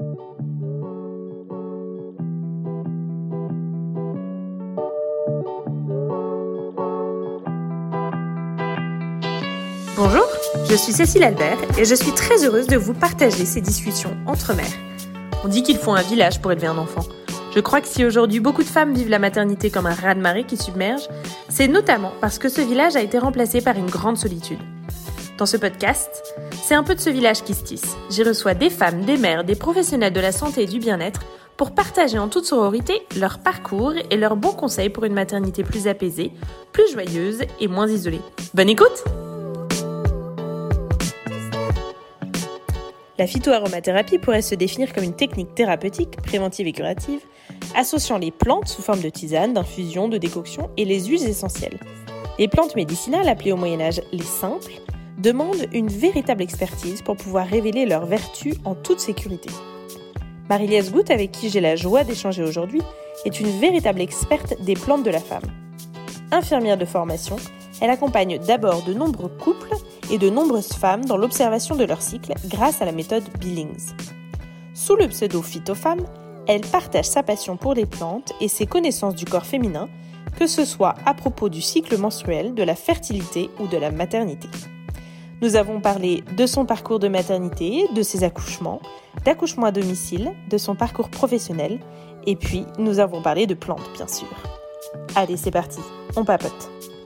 Bonjour, je suis Cécile Albert et je suis très heureuse de vous partager ces discussions entre mères. On dit qu'il faut un village pour élever un enfant. Je crois que si aujourd'hui beaucoup de femmes vivent la maternité comme un raz-de-marée qui submerge, c'est notamment parce que ce village a été remplacé par une grande solitude. Dans ce podcast, c'est un peu de ce village qui se tisse. J'y reçois des femmes, des mères, des professionnels de la santé et du bien-être pour partager en toute sororité leur parcours et leurs bons conseils pour une maternité plus apaisée, plus joyeuse et moins isolée. Bonne écoute! La phytoaromathérapie pourrait se définir comme une technique thérapeutique, préventive et curative, associant les plantes sous forme de tisane, d'infusion, de décoction et les huiles essentielles. Les plantes médicinales, appelées au Moyen-Âge les simples, demandent une véritable expertise pour pouvoir révéler leurs vertus en toute sécurité. Marie-Liesse Goutte, avec qui j'ai la joie d'échanger aujourd'hui, est une véritable experte des plantes de la femme. Infirmière de formation, elle accompagne d'abord de nombreux couples et de nombreuses femmes dans l'observation de leur cycle grâce à la méthode Billings. Sous le pseudo Phytofemme, elle partage sa passion pour les plantes et ses connaissances du corps féminin, que ce soit à propos du cycle menstruel, de la fertilité ou de la maternité. Nous avons parlé de son parcours de maternité, de ses accouchements, d'accouchement à domicile, de son parcours professionnel, et puis nous avons parlé de plantes, bien sûr. Allez, c'est parti, on papote.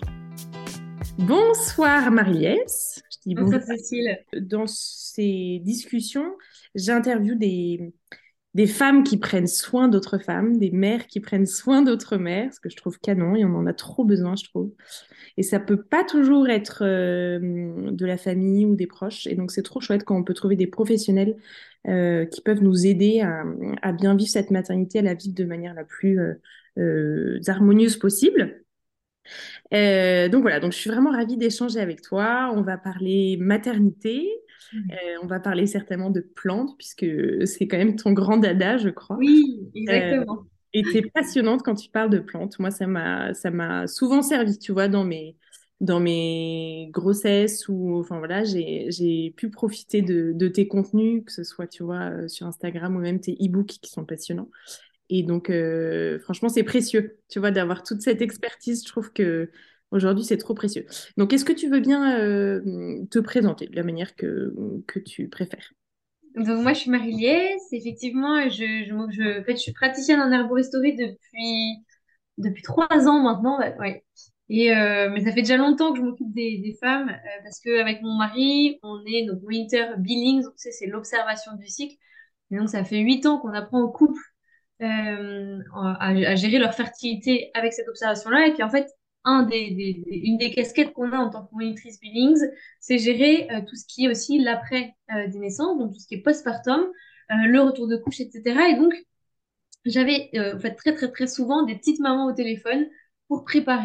Bonsoir Marie-Liesse. Je dis bonjour Cécile. Dans ces discussions, j'interviewe des femmes qui prennent soin d'autres femmes, des mères qui prennent soin d'autres mères, ce que je trouve canon et on en a trop besoin, je trouve. Et ça peut pas toujours être de la famille ou des proches. Et donc c'est trop chouette quand on peut trouver des professionnels qui peuvent nous aider à bien vivre cette maternité, à la vivre de manière la plus harmonieuse possible. Donc voilà, donc je suis vraiment ravie d'échanger avec toi. On va parler maternité, on va parler certainement de plantes, puisque c'est quand même ton grand dada, je crois. Oui, Euh, exactement. et tu es passionnante quand tu parles de plantes. Moi, ça m'a souvent servi, tu vois, dans mes grossesses ou, enfin voilà, j'ai pu profiter de tes contenus, que ce soit, tu vois, sur Instagram ou même tes e-books qui sont passionnants. Et donc, franchement, c'est précieux, tu vois, d'avoir toute cette expertise. Je trouve que aujourd'hui, c'est trop précieux. Donc, est-ce que tu veux bien te présenter de la manière que tu préfères? Donc moi, je suis Marie-Liesse. Effectivement, en fait, je suis praticienne en herboristerie depuis 3 ans maintenant. Ouais. Mais ça fait déjà longtemps que je m'occupe des femmes parce qu'avec mon mari, on est donc Winter Billings. Donc, c'est l'observation du cycle. Et donc, ça fait 8 ans qu'on apprend aux couples à gérer leur fertilité avec cette observation-là. Et puis en fait, une des casquettes qu'on a en tant que monitrice Billings, c'est gérer tout ce qui est aussi l'après des naissances, donc tout ce qui est postpartum, le retour de couche, etc. Et donc, j'avais en fait très très très souvent des petites mamans au téléphone pour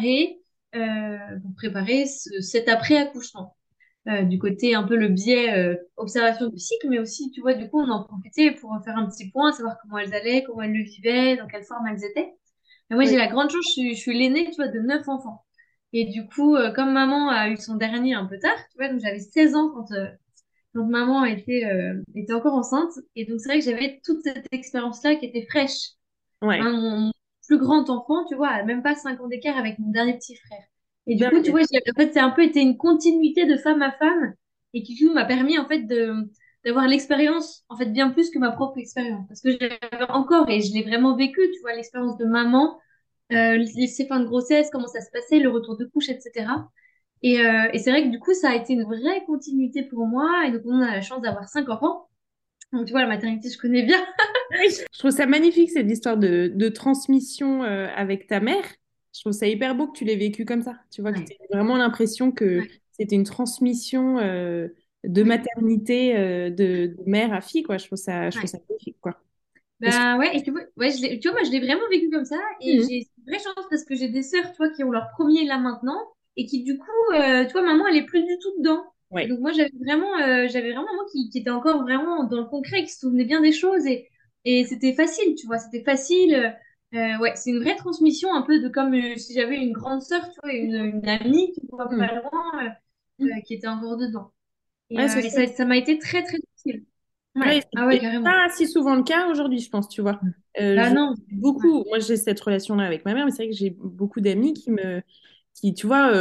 préparer cet après-accouchement du côté un peu le biais observation du cycle, mais aussi, tu vois, du coup, on en profitait pour faire un petit point, savoir comment elles allaient, comment elles le vivaient, dans quelle forme elles étaient. Et moi, j'ai Oui. la grande chance, je suis l'aînée, tu vois, de 9 enfants. Et du coup, comme maman a eu son dernier un peu tard, tu vois, donc j'avais 16 ans quand maman était encore enceinte. Et donc, c'est vrai que j'avais toute cette expérience-là qui était fraîche. Ouais. Hein, mon plus grand enfant, tu vois, a même pas 5 ans d'écart avec mon dernier petit frère. Et du Ben, coup, tu vois, en fait, c'est un peu été une continuité de femme à femme et qui, du coup, m'a permis, en fait, d'avoir l'expérience, en fait, bien plus que ma propre expérience. Parce que j'avais encore, et je l'ai vraiment vécu, tu vois, l'expérience de maman, ses fins de grossesse, comment ça se passait, le retour de couche, etc. Et c'est vrai que, du coup, ça a été une vraie continuité pour moi. Et donc, on a la chance d'avoir 5 enfants. Donc, tu vois, la maternité, je connais bien. oui. Je trouve ça magnifique, cette histoire de transmission avec ta mère. Je trouve ça hyper beau que tu l'aies vécu comme ça. Tu vois, que tu Ouais, aies vraiment l'impression que ouais, c'était une transmission de ouais. maternité de mère à fille, quoi. Je trouve ça Ouais. magnifique, quoi. Est-ce que... Bah ouais, et tu vois, ouais, tu vois, moi je l'ai vraiment vécu comme ça, et Mhm. j'ai une vraie chance parce que j'ai des sœurs, tu vois, qui ont leur premier là maintenant, et qui du coup, tu vois, maman, elle est plus du tout dedans. Et Ouais. donc moi j'avais vraiment maman qui était encore vraiment dans le concret, qui se souvenait bien des choses, et c'était facile, tu vois, c'était facile. Ouais, c'est une vraie transmission, un peu de comme si j'avais une grande sœur, tu vois, une amie, tu vois, Mhm. pas loin, Mhm. qui était encore dedans. Et, Ouais, euh, c'est et ça, chouette. ça m'a été très très utile. Ouais, Ouais, ah ouais, et carrément. pas si souvent le cas aujourd'hui, je pense, tu vois. Bah Je non. Ouais. beaucoup, moi j'ai cette relation-là avec ma mère, mais c'est vrai que j'ai beaucoup d'amis qui, tu vois,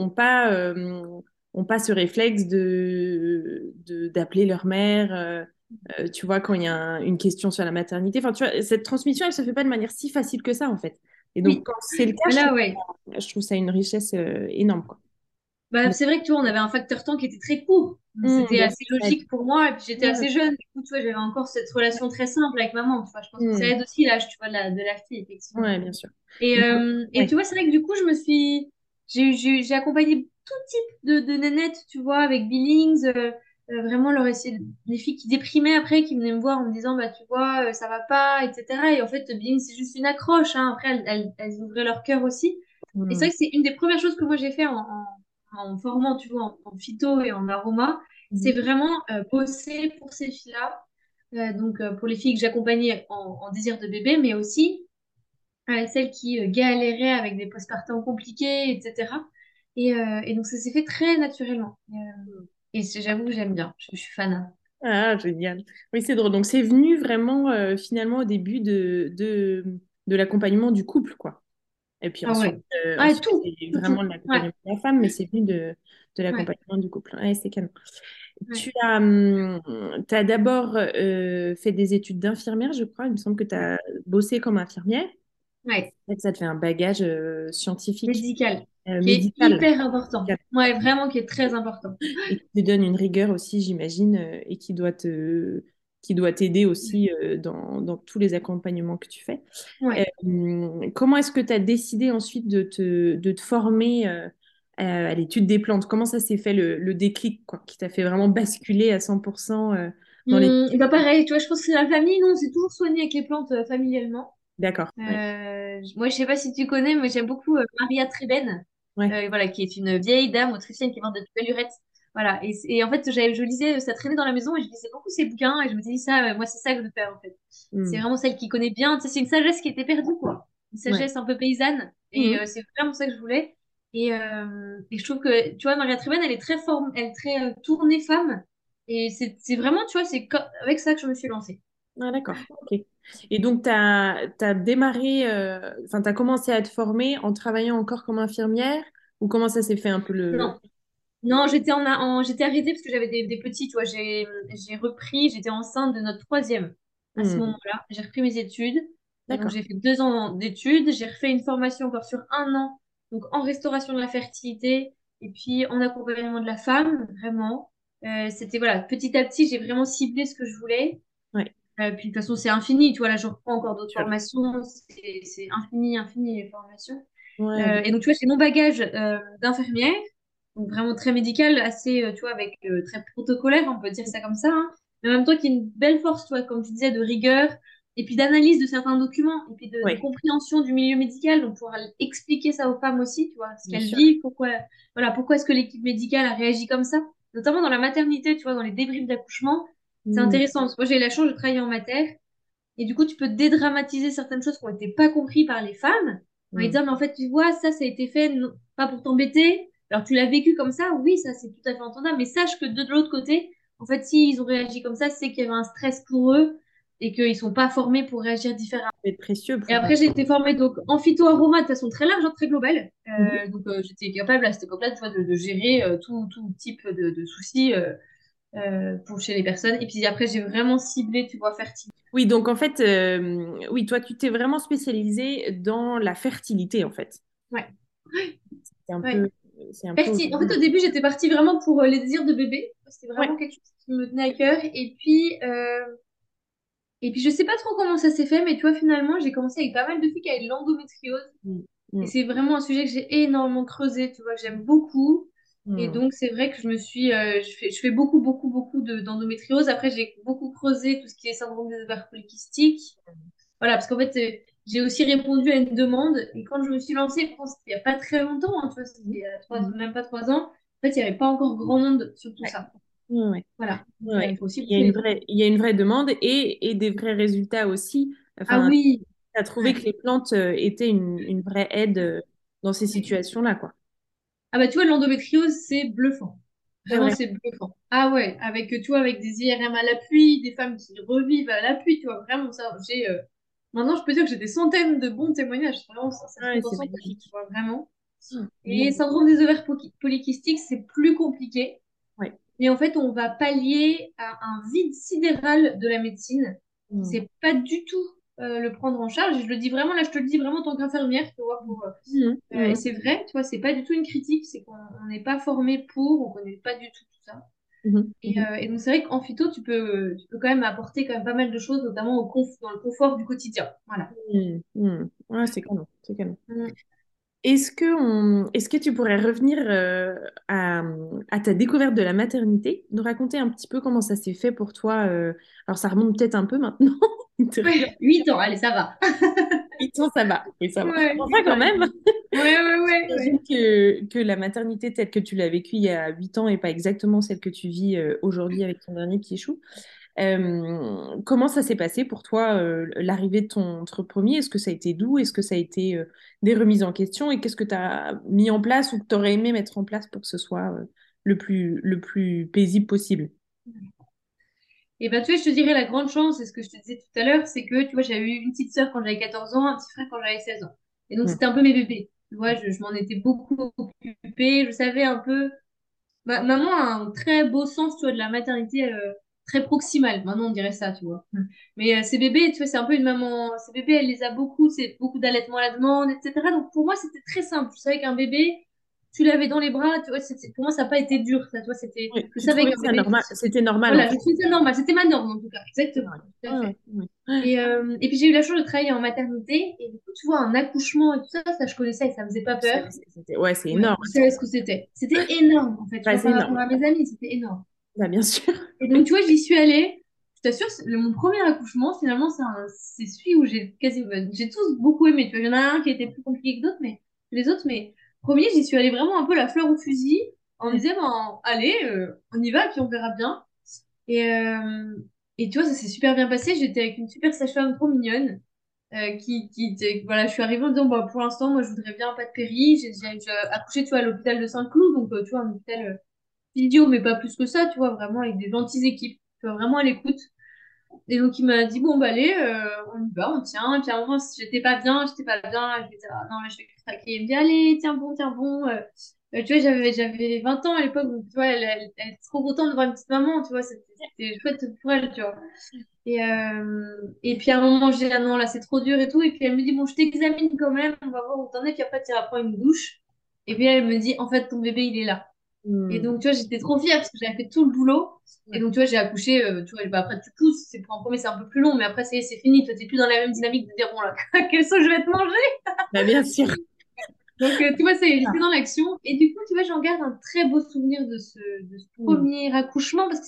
ont pas ce réflexe d'appeler leur mère, tu vois, quand il y a une question sur la maternité. Enfin, tu vois, cette transmission, elle se fait pas de manière si facile que ça, en fait. Et donc, Oui. quand c'est le cas, Mais là, ouais. je trouve ça une richesse, énorme, quoi. Bah, c'est vrai que tu vois, on avait un facteur temps qui était très court. Donc c'était Bien sûr, assez ça aide. logique pour moi. Et puis j'étais Ouais. assez jeune. Du coup, tu vois, j'avais encore cette relation très simple avec maman. Tu vois, je pense que ça Mm. aide aussi l'âge, tu vois, de la fille, effectivement. Ouais, bien sûr. Et Ouais. tu vois, c'est vrai que du coup, j'ai accompagné tout type de nénettes, tu vois, avec Billings, vraiment leur essayer, des filles qui déprimaient après, qui venaient me voir en me disant, bah, tu vois, ça va pas, etc. Et en fait, Billings, c'est juste une accroche, hein. Après, elles ouvraient leur cœur aussi. Et c'est Mm. vrai que c'est une des premières choses que moi j'ai fait en formant, tu vois, en phyto et en aroma, c'est Mhm. vraiment bosser pour ces filles-là. Donc, pour les filles que j'accompagnais en désir de bébé, mais aussi celles qui galéraient avec des postpartums compliqués, etc. Et donc ça s'est fait très naturellement. J'avoue que j'aime bien, je suis fan. Ah, génial. Oui, c'est drôle. Donc, c'est venu vraiment, finalement, au début de l'accompagnement du couple, quoi. Et puis Ah ensuite, ouais. Ah, et ensuite tout, c'est tout, vraiment tout. de Ouais, l'accompagnement de la femme, mais c'est venu de ouais, l'accompagnement du couple. Ouais, c'est canon. ouais, Tu as d'abord fait des études d'infirmière, je crois. Il me semble que tu ouais. as bossé comme infirmière. Ouais. En fait, ça te fait un bagage scientifique, Médical, qui est médical, hyper important. Ouais, vraiment, qui est très important. et qui te donne une rigueur aussi, j'imagine, et qui doit t'aider aussi dans tous les accompagnements que tu fais. Ouais. Comment est-ce que tu as décidé ensuite de te former à l'étude des plantes? Comment ça s'est fait le déclic, quoi, qui t'a fait vraiment basculer à 100% dans les... Bah pareil, tu vois, je pense que c'est la famille, nous, on s'est toujours soigné avec les plantes familialement. D'accord, ouais. Moi, je sais pas si tu connais, mais j'aime beaucoup Maria Treben, Ouais. voilà, qui est une vieille dame autrichienne qui vend de belle lurette. Voilà. Et en fait, je lisais, ça traînait dans la maison et je lisais beaucoup ses bouquins et je me dis ça, moi, c'est ça que je veux faire, en fait. C'est Hmm. vraiment celle qui connaît bien. Tu sais, c'est une sagesse qui était perdue, quoi. Une Ouais. sagesse un peu paysanne. Et Mhm. c'est vraiment ça que je voulais. Et je trouve que, tu vois, Maria Treben, elle est très elle est très tournée femme. Et c'est vraiment, tu vois, avec ça que je me suis lancée. Ah, d'accord, ok. Et donc, tu as démarré, enfin, tu as commencé à te former en travaillant encore comme infirmière, ou comment ça s'est fait un peu le... Non. Non, j'étais arrêtée parce que j'avais des petits, tu vois. J'ai repris, j'étais enceinte de notre troisième à ce Hmm. moment-là. J'ai repris mes études. Et donc, D'accord. j'ai fait 2 ans d'études. J'ai refait une formation encore sur 1 an, donc en restauration de la fertilité et puis en accompagnement de la femme, vraiment. C'était, voilà, petit à petit, j'ai vraiment ciblé ce que je voulais. Ouais, Puis, de toute façon, c'est infini. Tu vois, là, je reprends encore d'autres sûr. formations. C'est infini, infini, les formations. Ouais, Et donc, tu vois, c'est mon bagage d'infirmière, donc vraiment très médical, assez, tu vois, avec très protocolaire, on peut dire ça comme ça, hein. Mais en même temps, qui est une belle force, tu vois, comme tu disais, de rigueur, et puis d'analyse de certains documents, et puis de ouais, compréhension du milieu médical, donc pouvoir expliquer ça aux femmes aussi, tu vois, ce bien qu'elles sûr. vivent, pourquoi est-ce que l'équipe médicale a réagi comme ça, notamment dans la maternité, tu vois, dans les débriefs d'accouchement, c'est Hmm. intéressant, parce que moi, j'ai eu la chance de travailler en mater, et du coup, tu peux dédramatiser certaines choses qui ont été pas comprises par les femmes, en lui Hmm. disant, mais en fait, tu vois, ça a été fait pas pour t'embêter. Alors, tu l'as vécu comme ça, oui, ça, c'est tout à fait entendable, mais sache que de l'autre côté, en fait, s'ils ont réagi comme ça, c'est qu'il y avait un stress pour eux et qu'ils sont pas formés pour réagir différemment. Ça va être précieux Et pour... après, j'ai été formée donc en phyto-aroma de façon très large, hein, très globale. Mhm. Donc, j'étais capable à cette époque-là, tu vois, de gérer tout type de soucis pour chez les personnes. Et puis après, j'ai vraiment ciblé, tu vois, fertilité. Oui, donc en fait, oui, toi, tu t'es vraiment spécialisée dans la fertilité, en fait. Ouais. C'est un Ouais. peu, c'est un peu En fait, aujourd'hui. au début, j'étais partie vraiment pour les désirs de bébé. C'était Ouais. vraiment quelque chose qui me tenait à cœur. Et puis, je sais pas trop comment ça s'est fait, mais tu vois, finalement, j'ai commencé avec pas mal de filles qui avaient de l'endométriose. Mm. Et Mm. c'est vraiment un sujet que j'ai énormément creusé, tu vois, que j'aime beaucoup. Et Mm. donc, c'est vrai que je fais beaucoup, beaucoup, beaucoup d'endométriose. Après, j'ai beaucoup creusé tout ce qui est syndrome des ovaires polykystiques. Voilà, parce qu'en fait, j'ai aussi répondu à une demande. Et quand je me suis lancée, je pense qu'il n'y a pas très longtemps, hein, tu vois, c'était il y a Mm. même pas 3 ans. En fait, il n'y avait pas encore grand monde sur tout Ouais. ça. Ouais, ouais. Voilà. Donc, Ouais. il faut aussi Il y a pousser une les trucs. vraie, il y a une vraie demande et des vrais résultats aussi. Ah Enfin, oui, tu as trouvé ouais, que les plantes étaient une vraie aide dans ces ouais. situations-là, quoi. Ah bah tu vois, l'endométriose, c'est bluffant. C'est Vraiment, vrai. c'est bluffant. Ah ouais, avec, tu vois, avec des IRM à l'appui, des femmes qui revivent à l'appui, tu vois, vraiment ça. Maintenant, je peux dire que j'ai des centaines de bons témoignages. Vraiment, ça se Ouais, compte en c'est centaines, tu magnifique. vois, vraiment. Et Génial. syndrome des ovaires polykystiques, c'est plus compliqué. Ouais. Et en fait, on va pallier à un vide sidéral de la médecine qui Mm. sait pas du tout le prendre en charge. Et je le dis vraiment, là, je te le dis vraiment en tant qu'infirmière, tu vois, Mhm. et Mhm. c'est vrai, tu vois, c'est pas du tout une critique, c'est qu'on on n'est pas formé pour, on connaît pas du tout tout ça. Mhm. Mhm. Et donc, c'est vrai qu'en phyto, tu peux quand même apporter quand même pas mal de choses, notamment dans le confort du quotidien. Voilà. Mhm. Mhm. Ouais, c'est canon, c'est canon. Mm. Est-ce que tu pourrais revenir à ta découverte de la maternité, nous raconter un petit peu comment ça s'est fait pour toi alors ça remonte peut-être un peu maintenant, mine de rien. Ouais, 8 ans, allez, ça va. 8 ans, ça va. Oui, ça va. Ouais, Enfin, 8 quand ans et même. demi. Ouais, ouais, ouais, J'imagine ouais. que la maternité telle que tu l'as vécue il y a 8 ans et pas exactement celle que tu vis aujourd'hui avec ton dernier petit chou. Comment ça s'est passé pour toi, l'arrivée de ton premier? Est-ce que ça a été doux? Est-ce que ça a été des remises en question? Et qu'est-ce que tu as mis en place ou que tu aurais aimé mettre en place pour que ce soit le plus paisible possible? Et ben, tu vois, je te dirais la grande chance, c'est ce que je te disais tout à l'heure, c'est que, tu vois, j'avais eu une petite sœur quand j'avais 14 ans, un petit frère quand j'avais 16 ans. Et donc, Mm. c'était un peu mes bébés. Tu vois, je m'en étais beaucoup occupée. Je savais un peu. Maman a un très beau sens, tu vois, de la maternité très proximale. Maintenant, on dirait ça, tu vois. Mais ces bébés, tu vois, c'est un peu une maman. Ces bébés, elle les a beaucoup, c'est beaucoup d'allaitement à la demande, etc. Donc, pour moi, c'était très simple. Je savais qu'un bébé, tu l'avais dans les bras, tu vois, pour moi, ça n'a pas été dur, ça, tu vois, Oui, je tu savais trouvais qu'un ça bébé. normal, c'était normal en Voilà, fait. je trouvais ça normal. C'était ma norme, en tout cas. Ouais, Exactement. Tout à ouais, fait. ouais. Ouais. Et puis j'ai eu la chance de travailler en maternité. Et du coup, tu vois, un accouchement et tout ça, ça je connaissais et ça me faisait pas Tu peur. savais ce que c'était. Ouais, c'est Ouais, énorme. je savais ce que c'était. C'était énorme, en fait. Tu Ouais, vois, c'est par rapport énorme. à mes amis, c'était énorme. Bah, bien sûr. Et donc, tu vois, j'y suis allée. Je t'assure, mon premier accouchement, finalement, c'est celui où j'ai tous beaucoup aimé. Tu vois, il y en a un qui était plus compliqué que d'autres, mais les autres, mais premier, j'y suis allée vraiment un peu la fleur au fusil, en me Mm. disant, ben, allez, on y va, puis on verra bien. Et, euh, et tu vois, ça s'est super bien passé. J'étais avec une super sage-femme trop mignonne. Voilà, je suis arrivée en disant, bah, pour l'instant, moi, je voudrais bien pas de péri. J'ai accouché, tu vois, à l'hôpital de Saint-Cloud, donc, tu vois, un hôpital idiot, mais pas plus que ça, tu vois, vraiment avec des gentilles équipes, tu vois, vraiment à l'écoute. Et donc, il m'a dit, bon, bah, allez, on y va, on tient. Et puis, à un moment, si j'étais pas bien, je lui disais, ah, non, là, je vais craquer. Il me dit, allez, tiens bon, tiens bon. Tu vois, j'avais 20 ans à l'époque, donc, tu vois, elle était trop contente de voir une petite maman, tu vois, c'était chouette pour elle, tu vois. Et puis, à un moment, je dis, ah non, là, c'est trop dur et tout. Et puis, elle me dit, bon, je t'examine quand même, on va voir où t'en es. Puis après, tu iras prendre une douche. Et puis, elle me dit, en fait, ton bébé, il est là. Et Mm. donc, tu vois, j'étais trop fière parce que j'avais fait tout le boulot. Et Ouais. donc, tu vois, j'ai accouché, tu vois, bah, après, tu pousses, pour un premier, c'est un peu plus long, mais après, c'est fini. Toi, t'es plus dans la même dynamique de dire, bon, là, quel saut je vais te manger? Bah, bien sûr. Donc, tu vois, j'étais dans l'action. Et du coup, tu vois, j'en garde un très beau souvenir de ce Mm. premier accouchement parce que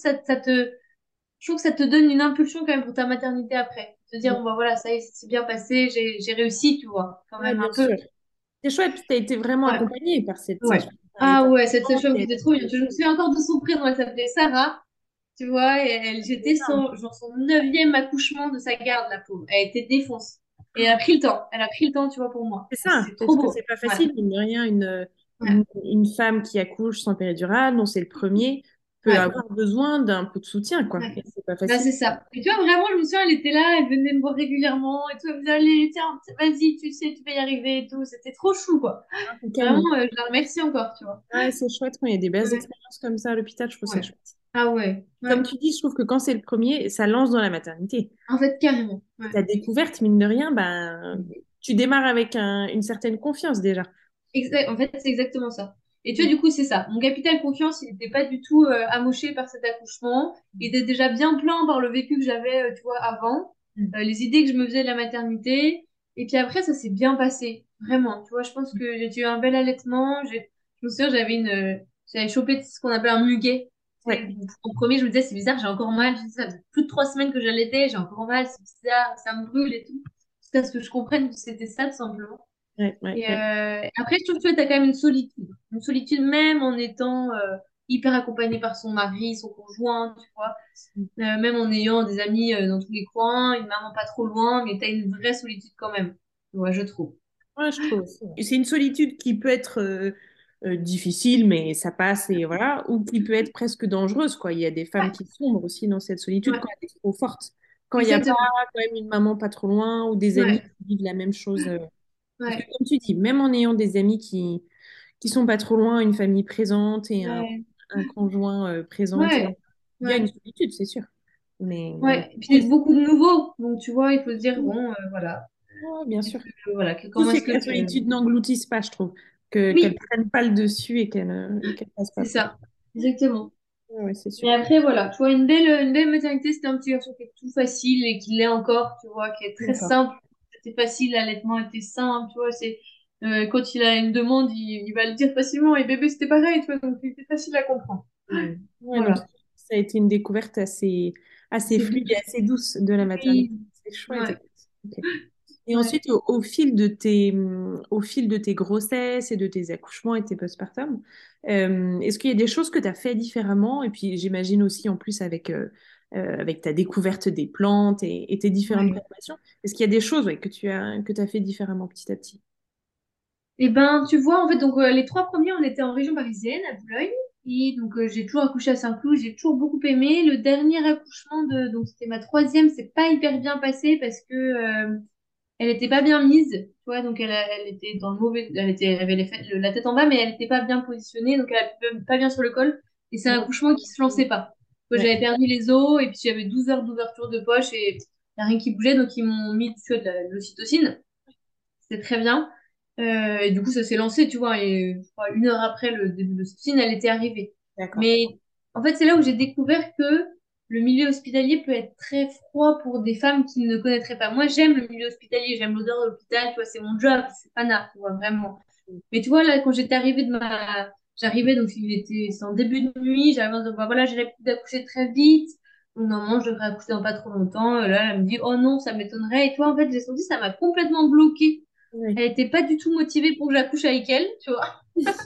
je trouve que ça te donne une impulsion quand même pour ta maternité après. Te dire, bon, bah voilà, ça y est, c'est bien passé, j'ai réussi, tu vois, quand Ouais, même bien un peu. sûr. C'est chouette, puis tu as été vraiment Ouais. accompagnée par cette Ouais. sage-femme. Elle Ah était ouais, cette accompagnante sage-femme qui et était trop bien. Je me souviens encore de son prénom, elle s'appelait Sarah. Tu vois, et c'est j'étais énorme. genre son neuvième accouchement de sa garde, la pauvre. Elle était défonce. Et elle a pris le temps. Elle a pris le temps, tu vois, pour moi. C'est Et ça, c'est trop parce que beau. c'est pas Ouais. facile, mine de rien, Ouais. une femme qui accouche sans péridurale, dont c'est le premier, peut Ouais. avoir besoin d'un coup de soutien, quoi. Ouais. Et c'est pas Bah, facile. c'est ça. Et tu vois, vraiment, je me souviens, elle était là, elle venait me voir régulièrement et tout. Elle me disait, allez, tiens, vas-y, tu sais, tu vas y arriver et tout. C'était trop chou, quoi. Ah, c'est Vraiment, canon. je la remercie encore, tu vois. Ouais, c'est chouette quand il y a des belles Ouais. expériences comme ça à l'hôpital, je trouve ça Ouais. chouette. Ah ouais. Comme Ouais. tu dis, je trouve que quand c'est le premier, ça lance dans la maternité. En fait, carrément. Et Ouais. ta découverte, mine de rien, ben, tu démarres avec une certaine confiance déjà. En fait, c'est exactement ça. Et tu vois, du coup, c'est ça. Mon capital confiance, il n'était pas du tout amoché par cet accouchement. Il était déjà bien plein par le vécu que j'avais, tu vois, avant, Mm. les idées que je me faisais de la maternité. Et puis après, ça s'est bien passé. Vraiment. Tu vois, je pense que j'ai eu un bel allaitement. Je me souviens, j'avais chopé ce qu'on appelle un muguet. Ouais. En premier, je me disais, c'est bizarre, j'ai encore mal. Je me disais, ça faisait plus de 3 semaines que j'allaitais, j'ai encore mal, c'est bizarre, ça me brûle et tout. Jusqu'à ce que je comprenne que c'était ça, tout simplement. Ouais, ouais, Et ouais. après, je trouve que tu as quand même une solitude. Une solitude même en étant hyper accompagnée par son mari, son conjoint, tu vois. Même en ayant des amis dans tous les coins, une maman pas trop loin, mais tu as une vraie solitude quand même. Ouais, je trouve. Ouais, je trouve aussi. Et c'est une solitude qui peut être difficile, mais ça passe et voilà, ou qui peut être presque dangereuse, quoi. Il y a des femmes Ouais, qui sombrent aussi dans cette solitude ouais, quand elle est trop forte. Quand il n'y a pas exactement. quand même une maman pas trop loin ou des amis Ouais, qui vivent la même chose. Parce que ouais, comme tu dis, même en ayant des amis qui sont pas trop loin, une famille présente et ouais, un conjoint présent, etc., ouais, il y a une ouais. solitude, c'est sûr. Mais Ouais, et puis il y a beaucoup de nouveaux, donc tu vois, il faut se dire, bon, voilà, ouais, bien sûr. voilà, Tout comment c'est est-ce que que la je... solitude n'engloutisse pas, je trouve, qu'elle Oui, prenne pas le dessus et qu'elle fasse pas c'est peur. ça, exactement. Ouais, ouais, c'est sûr. Mais après, voilà, tu vois, une belle maternité, c'était un petit garçon qui est tout facile et qui l'est encore, tu vois, qui est très D'accord. simple. C'était facile, l'allaitement était simple, tu vois, quand il a une demande, il va le dire facilement. Et bébé, c'était pareil, tu vois, donc c'était facile à comprendre. Ouais. Ouais, donc Voilà. ça a été une découverte assez C'est fluide et douce. assez douce de la maternité. Oui. C'est chouette. Ouais. Écoute. Ok. Et Ouais. ensuite, au fil de tes grossesses et de tes accouchements et tes postpartum, est-ce qu'il y a des choses que tu as fait différemment? Et puis, j'imagine aussi, en plus, avec ta découverte des plantes et tes différentes Ouais. préparations, est-ce qu'il y a des choses ouais, que tu as fait différemment petit à petit? Et ben, tu vois, en fait, donc les trois premiers, on était en région parisienne, à Boulogne. Et donc, j'ai toujours accouché à Saint-Cloud, j'ai toujours beaucoup aimé. Le dernier accouchement donc c'était ma troisième, c'est pas hyper bien passé parce que elle était pas bien mise, tu vois, donc elle était dans le mauvais, elle avait la tête en bas, mais elle était pas bien positionnée, donc elle était pas bien sur le col. Et c'est un accouchement qui se lançait pas. Moi, Ouais, j'avais perdu les os et puis j'avais 12 heures d'ouverture de poche et y a rien qui bougeait, donc ils m'ont mis tu vois, de l'ocytocine. C'était très bien. Et du coup, ça s'est lancé, tu vois, et je crois, une heure après le début de l'ocytocine, elle était arrivée. d'accord. Mais en fait, c'est là où j'ai découvert que le milieu hospitalier peut être très froid pour des femmes qui ne connaîtraient pas. Moi, j'aime le milieu hospitalier, j'aime l'odeur de l'hôpital, tu vois, c'est mon job, c'est pana, tu vois, vraiment. Mais tu vois, là, quand j'étais arrivée J'arrivais, donc c'est en début de nuit, j'avais dit, bah, voilà, j'ai l'habitude d'accoucher très vite. Donc, normalement, je devrais accoucher dans pas trop longtemps. Là, elle me dit, oh non, ça m'étonnerait. Et toi, en fait, j'ai senti, ça m'a complètement bloquée. Ouais. Elle était pas du tout motivée pour que j'accouche avec elle, tu vois.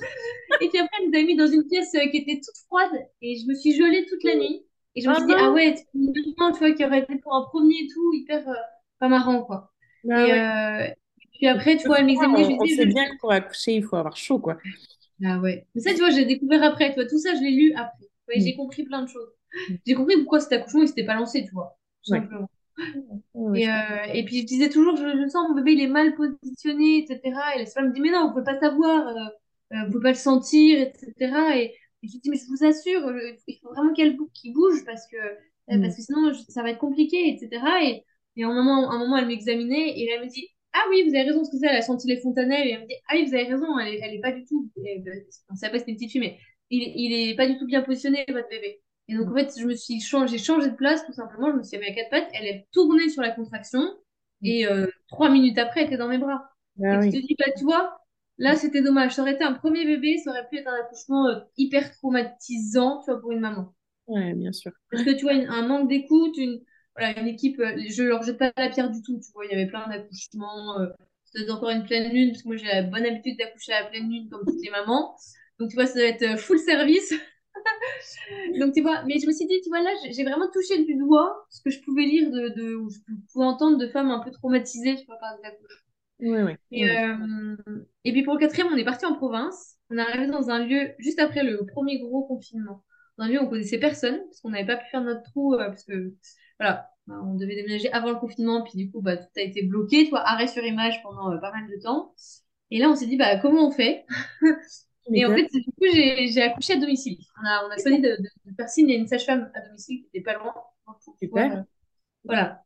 Et puis après, elle nous a mis dans une pièce qui était toute froide et je me suis gelée toute la nuit. Et je me Oh suis dit, ah non! ouais, c'est une maman, tu vois, qui aurait été pour un premier et tout, hyper pas marrant, quoi. Bah Et ouais. puis après, tu Le vois, elle froid, m'examinait, je lui on disais, sait bien que pour accoucher, il faut avoir chaud, quoi. ah ouais. Mais ça, tu vois, j'ai découvert après, tu vois, tout ça, je l'ai lu après. Ouais, Mm. j'ai compris plein de choses. J'ai compris pourquoi cet accouchement, il s'était pas lancé, tu vois, tout Ouais. simplement. Ouais, ouais, je comprends. Et puis je disais toujours, je sens mon bébé, il est mal positionné, etc. Et la sage-femme me dit, mais non, vous pouvez pas savoir, vous pouvez pas le sentir, etc. Et je lui dis, mais je vous assure, il faut vraiment qu'il bouge Mm. parce que sinon ça va être compliqué, etc. Et à un moment, elle m'examinait et elle me dit, ah oui, vous avez raison, parce que ça, elle a senti les fontanelles et elle me dit, ah oui, vous avez raison, elle est pas du tout, on savait pas que c'était une petite fille, mais il est pas du tout bien positionné, votre bébé. Et donc, en fait, j'ai changé de place, tout simplement. Je me suis mis à quatre pattes. Elle est tournée sur la contraction. Mm. Et 3 minutes après, elle était dans mes bras. Ah Et tu te oui. dis, bah, tu vois, là, c'était dommage. Ça aurait été un premier bébé, ça aurait pu être un accouchement hyper traumatisant, tu vois, pour une maman. Ouais, bien sûr. Parce que, tu vois, un manque d'écoute, voilà, une équipe, je leur jette pas la pierre du tout, tu vois. Il y avait plein d'accouchements. C'était encore une pleine lune, parce que moi, j'ai la bonne habitude d'accoucher à la pleine lune, comme toutes les mamans. Donc, tu vois, ça va être full service. Donc, tu vois, mais je me suis dit, tu vois, là, j'ai vraiment touché du doigt ce que je pouvais lire ou ce que je pouvais entendre de femmes un peu traumatisées, tu vois, par des accouchements. Ouais, ouais, Et, ouais. et puis pour le quatrième, on est parti en province. On est arrivé dans un lieu juste après le premier gros confinement. Dans un lieu où on connaissait personne, parce qu'on n'avait pas pu faire notre trou, parce que, voilà, on devait déménager avant le confinement, puis du coup, bah, tout a été bloqué, tu vois, arrêt sur image pendant pas mal de temps. Et là, on s'est dit, bah, comment on fait? Tu Et en m'étonnes. fait, du coup, j'ai accouché à domicile. On a choisi de faire signe à une sage-femme à domicile qui était pas loin pour pouvoir, Super. voilà.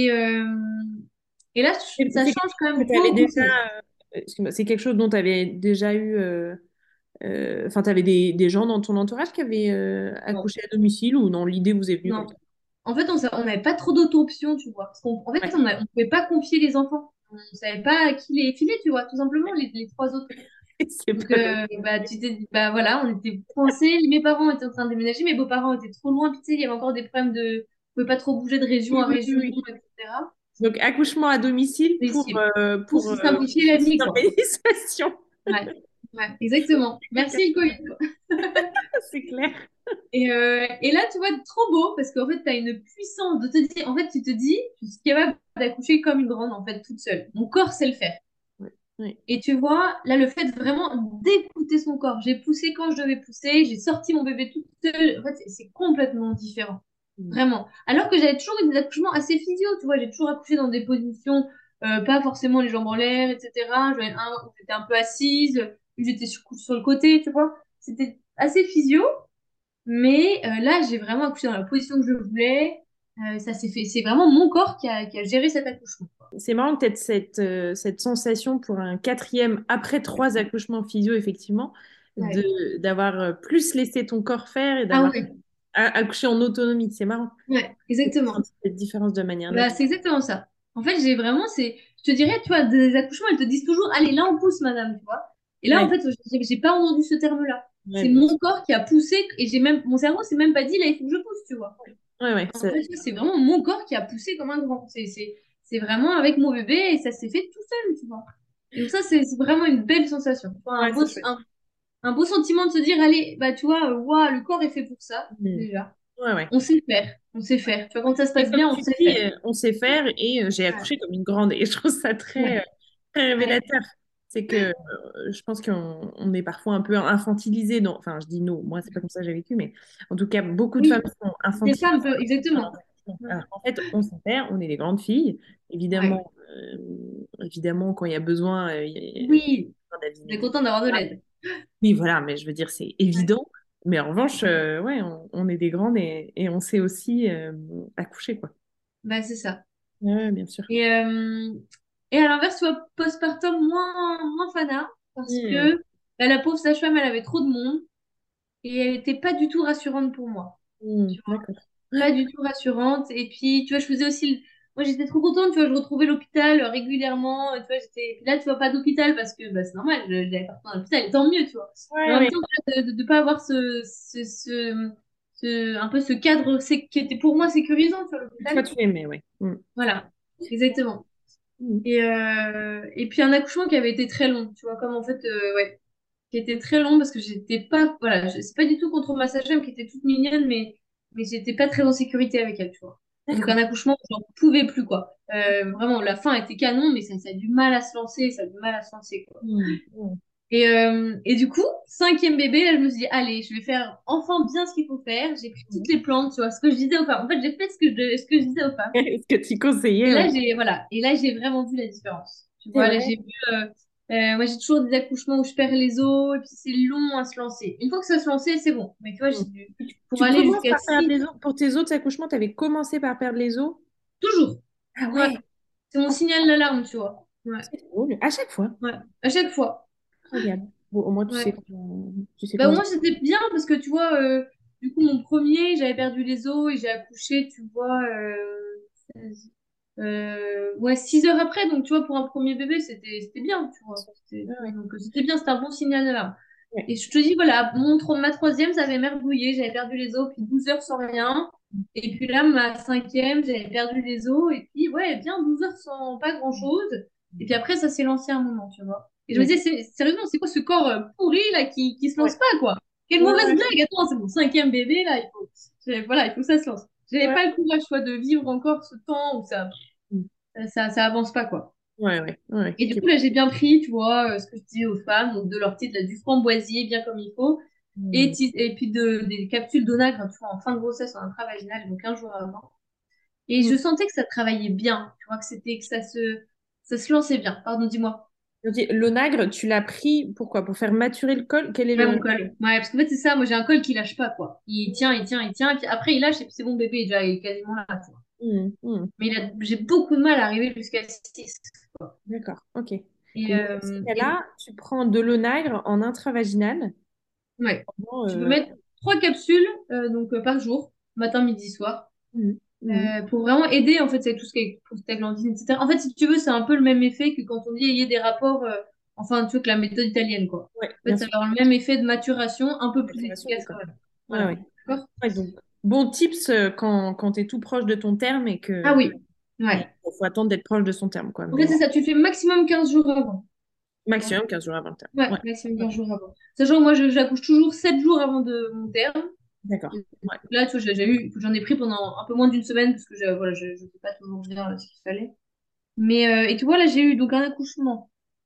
Et là, ça C'est quelque change quand chose que même tu avais beaucoup de déjà. choses. Excuse-moi, c'est quelque chose dont tu avais déjà eu. Enfin, tu avais des gens dans ton entourage qui avaient Non, accouché à domicile ou non, l'idée vous est venue comme non. ça? En fait, on n'avait pas trop d'autres options, tu vois. Parce qu'en fait, Ouais. on pouvait pas confier les enfants. On savait pas à qui les filer, tu vois, tout simplement, les trois autres. C'est Donc, pas comme. bah, tu t'es dit, bah voilà, on était coincés. Mes parents étaient en train de déménager, mes beaux-parents étaient trop loin. Puis, tu sais, il y avait encore des problèmes on pouvait pas trop bouger de région Oui, à oui, oui, région, oui. etc. Donc, accouchement à domicile Difficile. Pour pour se simplifier la vie, quoi. l'organisation. Ouais, ouais, exactement. Merci, le Covid. C'est clair. Et là, tu vois, trop beau, parce qu'en fait, tu as une puissance de te dire, en fait, tu te dis, je suis capable d'accoucher comme une grande, en fait, toute seule. Mon corps sait le faire. Oui. Et tu vois, là, le fait vraiment d'écouter son corps, j'ai poussé quand je devais pousser, j'ai sorti mon bébé toute seule. En fait, c'est complètement différent. Mm. Vraiment. Alors que j'avais toujours eu des accouchements assez physio, tu vois, j'ai toujours accouché dans des positions, pas forcément les jambes en l'air, etc. J'avais un où j'étais un peu assise, où j'étais sur le côté, tu vois. C'était assez physio, mais là, j'ai vraiment accouché dans la position que je voulais. Ça s'est fait. C'est vraiment mon corps qui a géré cet accouchement. C'est marrant que tu aies cette sensation pour un quatrième, après trois accouchements physio, effectivement, Ouais. d'avoir plus laissé ton corps faire et Ah d'avoir ouais, accouché en autonomie. C'est marrant. ouais, Tu exactement. sens cette différence de manière Bah, naturelle. c'est exactement ça. En fait, j'ai vraiment, je te dirais, tu vois, des accouchements, elles te disent toujours, allez, là, on pousse, madame, tu vois. Et là, en Ouais, fait, j'ai pas entendu ce terme-là. ouais, C'est bien mon sûr. corps qui a poussé et mon cerveau s'est même pas dit, là, il faut que je pousse, tu vois. Ouais, ouais, En fait, c'est vraiment mon corps qui a poussé comme un grand. C'est vraiment avec mon bébé et ça s'est fait tout seul, tu vois. Et donc ça, c'est vraiment une belle sensation. Tu vois, ouais, c'est chouette. un beau sentiment de se dire, allez, bah, tu vois, waouh, le corps est fait pour ça, Mm. déjà. Ouais, ouais. On sait faire, on sait faire. Tu vois, quand ça se Et passe comme bien, on tu sait dis, faire. on sait faire et j'ai Ouais, accouché comme une grande. Et je trouve ça très, ouais, très ouais. révélateur. C'est que je pense qu'on est parfois un peu infantilisé. Enfin, je dis non, moi, c'est pas comme ça que j'ai vécu, mais en tout cas, beaucoup de femmes Oui, sont des infantilisées femmes peuvent, dans leurs exactement. accouchements. Ouais, Alors qu'en fait, on sait faire, on est des grandes filles. ouais. Évidemment, quand il y a besoin, il y a Oui, besoin on est d'avis. content d'avoir de l'aide. Oui, voilà, mais je veux dire, c'est Ouais. évident. Mais en revanche, ouais, on est des grandes et on sait aussi accoucher, quoi. Bah, c'est ça. Ouais, bien sûr. Et, euh, et à l'inverse, tu vois, postpartum, moins fana, parce Hmm. que bah, la pauvre sage-femme, elle avait trop de monde et elle était pas du tout rassurante pour moi. Hmm, Tu vois, d'accord. pas du tout rassurante. Et puis, tu vois, je faisais aussi. Moi, j'étais trop contente, tu vois, je retrouvais l'hôpital régulièrement. Tu vois, puis là, tu vois, pas d'hôpital parce que bah, c'est normal, j'avais pas à l'hôpital, et tant mieux, tu vois. Mais Ouais, en même ouais. temps, de pas avoir un peu ce cadre qui était pour moi sécurisant, tu vois, Toi, l'hôpital. tu aimais, ouais. Hmm. Voilà, exactement. Hmm. Et puis un accouchement qui avait été très long, tu vois, comme en fait, ouais, qui était très long parce que j'étais pas, voilà, c'est pas du tout contre ma sage-femme qui était toute mignonne, mais j'étais pas très en sécurité avec elle, tu vois. Et donc D'accord. un accouchement, j'en pouvais plus, quoi. Vraiment, la fin était canon, mais ça a du mal à se lancer, ça a du mal à se lancer, quoi. Hmm. Hmm. Et du coup, cinquième bébé, là, je me suis dit, allez, je vais faire enfin bien ce qu'il faut faire. J'ai pris toutes les plantes, tu vois, ce que je disais aux femmes. En fait, j'ai fait ce que je disais aux femmes. Est-ce que tu Et conseillais, là, ouais. j'ai vraiment vu la différence. Tu C'est vois, là, vrai. j'ai vu, moi, j'ai toujours des accouchements où je perds les os, et puis c'est long à se lancer. Une fois que ça se lancer, c'est bon. Mais tu vois, Hmm. pour Tu aller commences jusqu'à par perdre 6, les os. Pour tes autres accouchements, tu avais commencé par perdre les os. toujours. Ah Ouais, ouais. c'est mon Oh, signal d'alarme, tu vois. Ouais, c'est drôle. À chaque fois. ouais, à chaque fois. Incroyable. Bon, au moins, Ouais. tu sais Bah, comment. moi, c'était bien parce que, tu vois, du coup, mon premier, j'avais perdu les os et j'ai accouché, tu vois, ouais, 6 heures après. Donc, tu vois, pour un premier bébé, c'était bien, tu vois. Ouais, ouais. Donc, c'était bien, c'était un bon signal d'alarme. Ouais. Et je te dis, voilà, ma troisième, ça avait mergouillé, j'avais perdu les os, puis 12 heures sans rien. Et puis là, ma cinquième, j'avais perdu les os, et puis, ouais, bien 12 heures sans pas grand-chose. Et puis après, ça s'est lancé un moment, tu vois. Et je me D'accord. disais, sérieusement, c'est quoi ce corps pourri, là, qui se lance Ouais. pas, quoi? Quelle Ouais, mauvaise ouais. blague! Attends, c'est mon cinquième bébé, là, voilà, il faut que ça se lance. J'avais Ouais. pas le courage, tu vois, de vivre encore ce temps où ça avance pas, quoi. Ouais, ouais. Ouais. Et du coup, là, j'ai bien pris, tu vois, ce que je dis aux femmes, donc de leur titre, là, du framboisier, bien comme il faut, Hmm. et puis des capsules d'onagre, tu vois, en fin de grossesse, en intravaginal, donc un jour avant. Et Hmm. je sentais que ça travaillait bien, tu vois, que ça se lançait bien. Pardon, dis-moi. Ok, l'onagre, tu l'as pris pourquoi? Pour faire maturer le col? Quel est Ouais, le... mon col. Ouais, parce qu'en fait, c'est ça, moi, j'ai un col qui lâche pas, quoi. Il tient, il tient, il tient, et puis après, il lâche, et puis c'est bon, bébé, déjà, il est quasiment là, tu vois. Hmm, hmm. Mais j'ai beaucoup de mal à arriver jusqu'à 6. D'accord, ok. Et Et, donc, dans ce et cas-là, tu prends de l'onagre en intravaginal ouais, pendant, tu peux mettre 3 capsules, donc par jour, matin, midi, soir. hmm, hmm. Pour vraiment aider, en fait, c'est tout ce qui est prostaglandine, etc. En fait, si tu veux, c'est un peu le même effet que quand on dit il y a des rapports, enfin, tu vois, que la méthode italienne, quoi. Ouais, En fait, bien ça sûr. va avoir le même effet de maturation, un peu plus Maturation du efficace quand corps. même. Ouais, Voilà. ouais. D'accord? Ouais, donc, bon tips quand tu es tout proche de ton terme et Ah que oui, il ouais. faut attendre d'être proche de son terme, quoi. En fait, Mais c'est ça, tu le fais maximum 15 jours avant. Tu vois. maximum 15 jours avant le terme. Ouais, Ouais. maximum Ouais. 15 jours avant. Sachant que moi, j'accouche toujours 7 jours avant de mon terme. D'accord. Et Ouais. là, tu vois, j'en ai pris pendant un peu moins d'une semaine parce que voilà, je ne peux pas toujours dire ce qu'il fallait. Mais, et tu vois, là, j'ai eu donc un accouchement.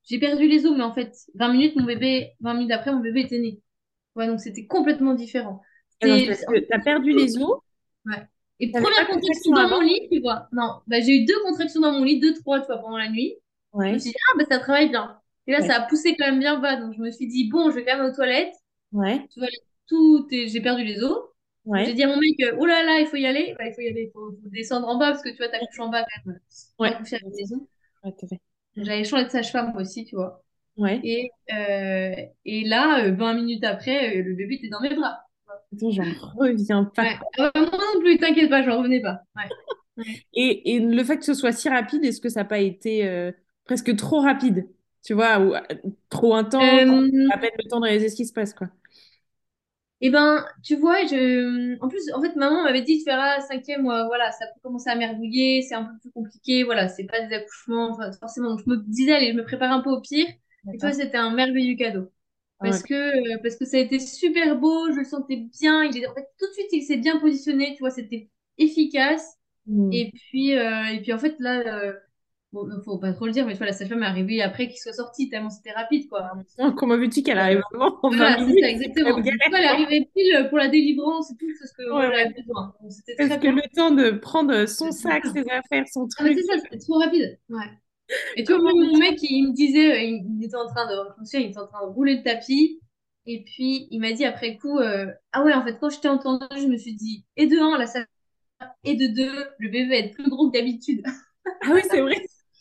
j'ai perdu les os, mais en fait, 20 minutes après, mon bébé était né. Ouais, donc c'était complètement différent. Attends, c'est parce En que fait, tu as perdu les os, ouais. Et tu n'avais pas première de contraction contraction dans mon avant. lit, tu vois. Non, bah, j'ai eu deux contractions dans mon lit, deux, trois, tu vois, pendant la nuit. Je me Ouais, suis dit, ah, bah, ça travaille bien. Et là, ouais, ça a poussé quand même bien bas. Donc, je me suis dit, bon, je vais quand même aux toilettes. ouais, Tu vois, j'ai perdu les os. Donc, j'ai ouais, dit à mon mec, oh là là, il faut y aller. Bah, il faut y aller, faut descendre en bas parce que tu vois, t'accouches en bas quand même. Pas ouais. accoucher à la maison. Ouais, tout à fait. Donc, j'avais changé de sage-femme moi aussi, tu vois. Ouais. Et, et là, 20 minutes après, le bébé était dans mes bras. Attends, j'en reviens pas. Ouais. Ah bah, moi non plus, t'inquiète pas, j'en revenais pas. Ouais. Ouais. Et le fait que ce soit si rapide, est-ce que ça n'a pas été presque trop rapide? Tu vois, ou trop intense, Euh, à peine le temps de réaliser ce qui se passe, quoi. et ben, tu vois, en plus, en fait, maman m'avait dit de faire à cinquième, voilà, ça peut commencer à merdouiller, c'est un peu plus compliqué, voilà, c'est pas des accouchements, enfin, forcément. Donc, je me disais, allez, je me prépare un peu au pire. Et tu vois, D'accord. c'était un merveilleux cadeau. Ah ouais. Parce que ça a été super beau, je le sentais bien. En fait, tout de suite, il s'est bien positionné, tu vois, c'était efficace. Hmm. Et puis en fait, là, bon, faut pas trop le dire, mais tu vois, la sage-femme est arrivée après qu'il soit sorti, tellement c'était rapide, quoi. Oh, comment veux-tu qu'elle Euh, arrive vraiment en 20 voilà, c'est ça, minutes? C'est quand même exactement. Du coup, galère, elle est quoi. arrivée pile pour la délivrance et tout, c'est ce que moi Ouais, ouais. j'avais besoin. Donc, c'était Parce très que bien. le temps de prendre son C'est sac, ça. ses affaires, son Ah, mais truc. c'est ça, c'était trop rapide. Ouais. Et tu vois, Comment même mon veux-tu? mec, il me disait, il était en train de, je me souviens, il était en train de rouler le tapis. Et puis, il m'a dit après coup, ah ouais, en fait, quand je t'ai entendu, je me suis dit, et de un, la sage et de deux, le bébé va être plus gros que d'habitude. Ah oui, c'est vrai.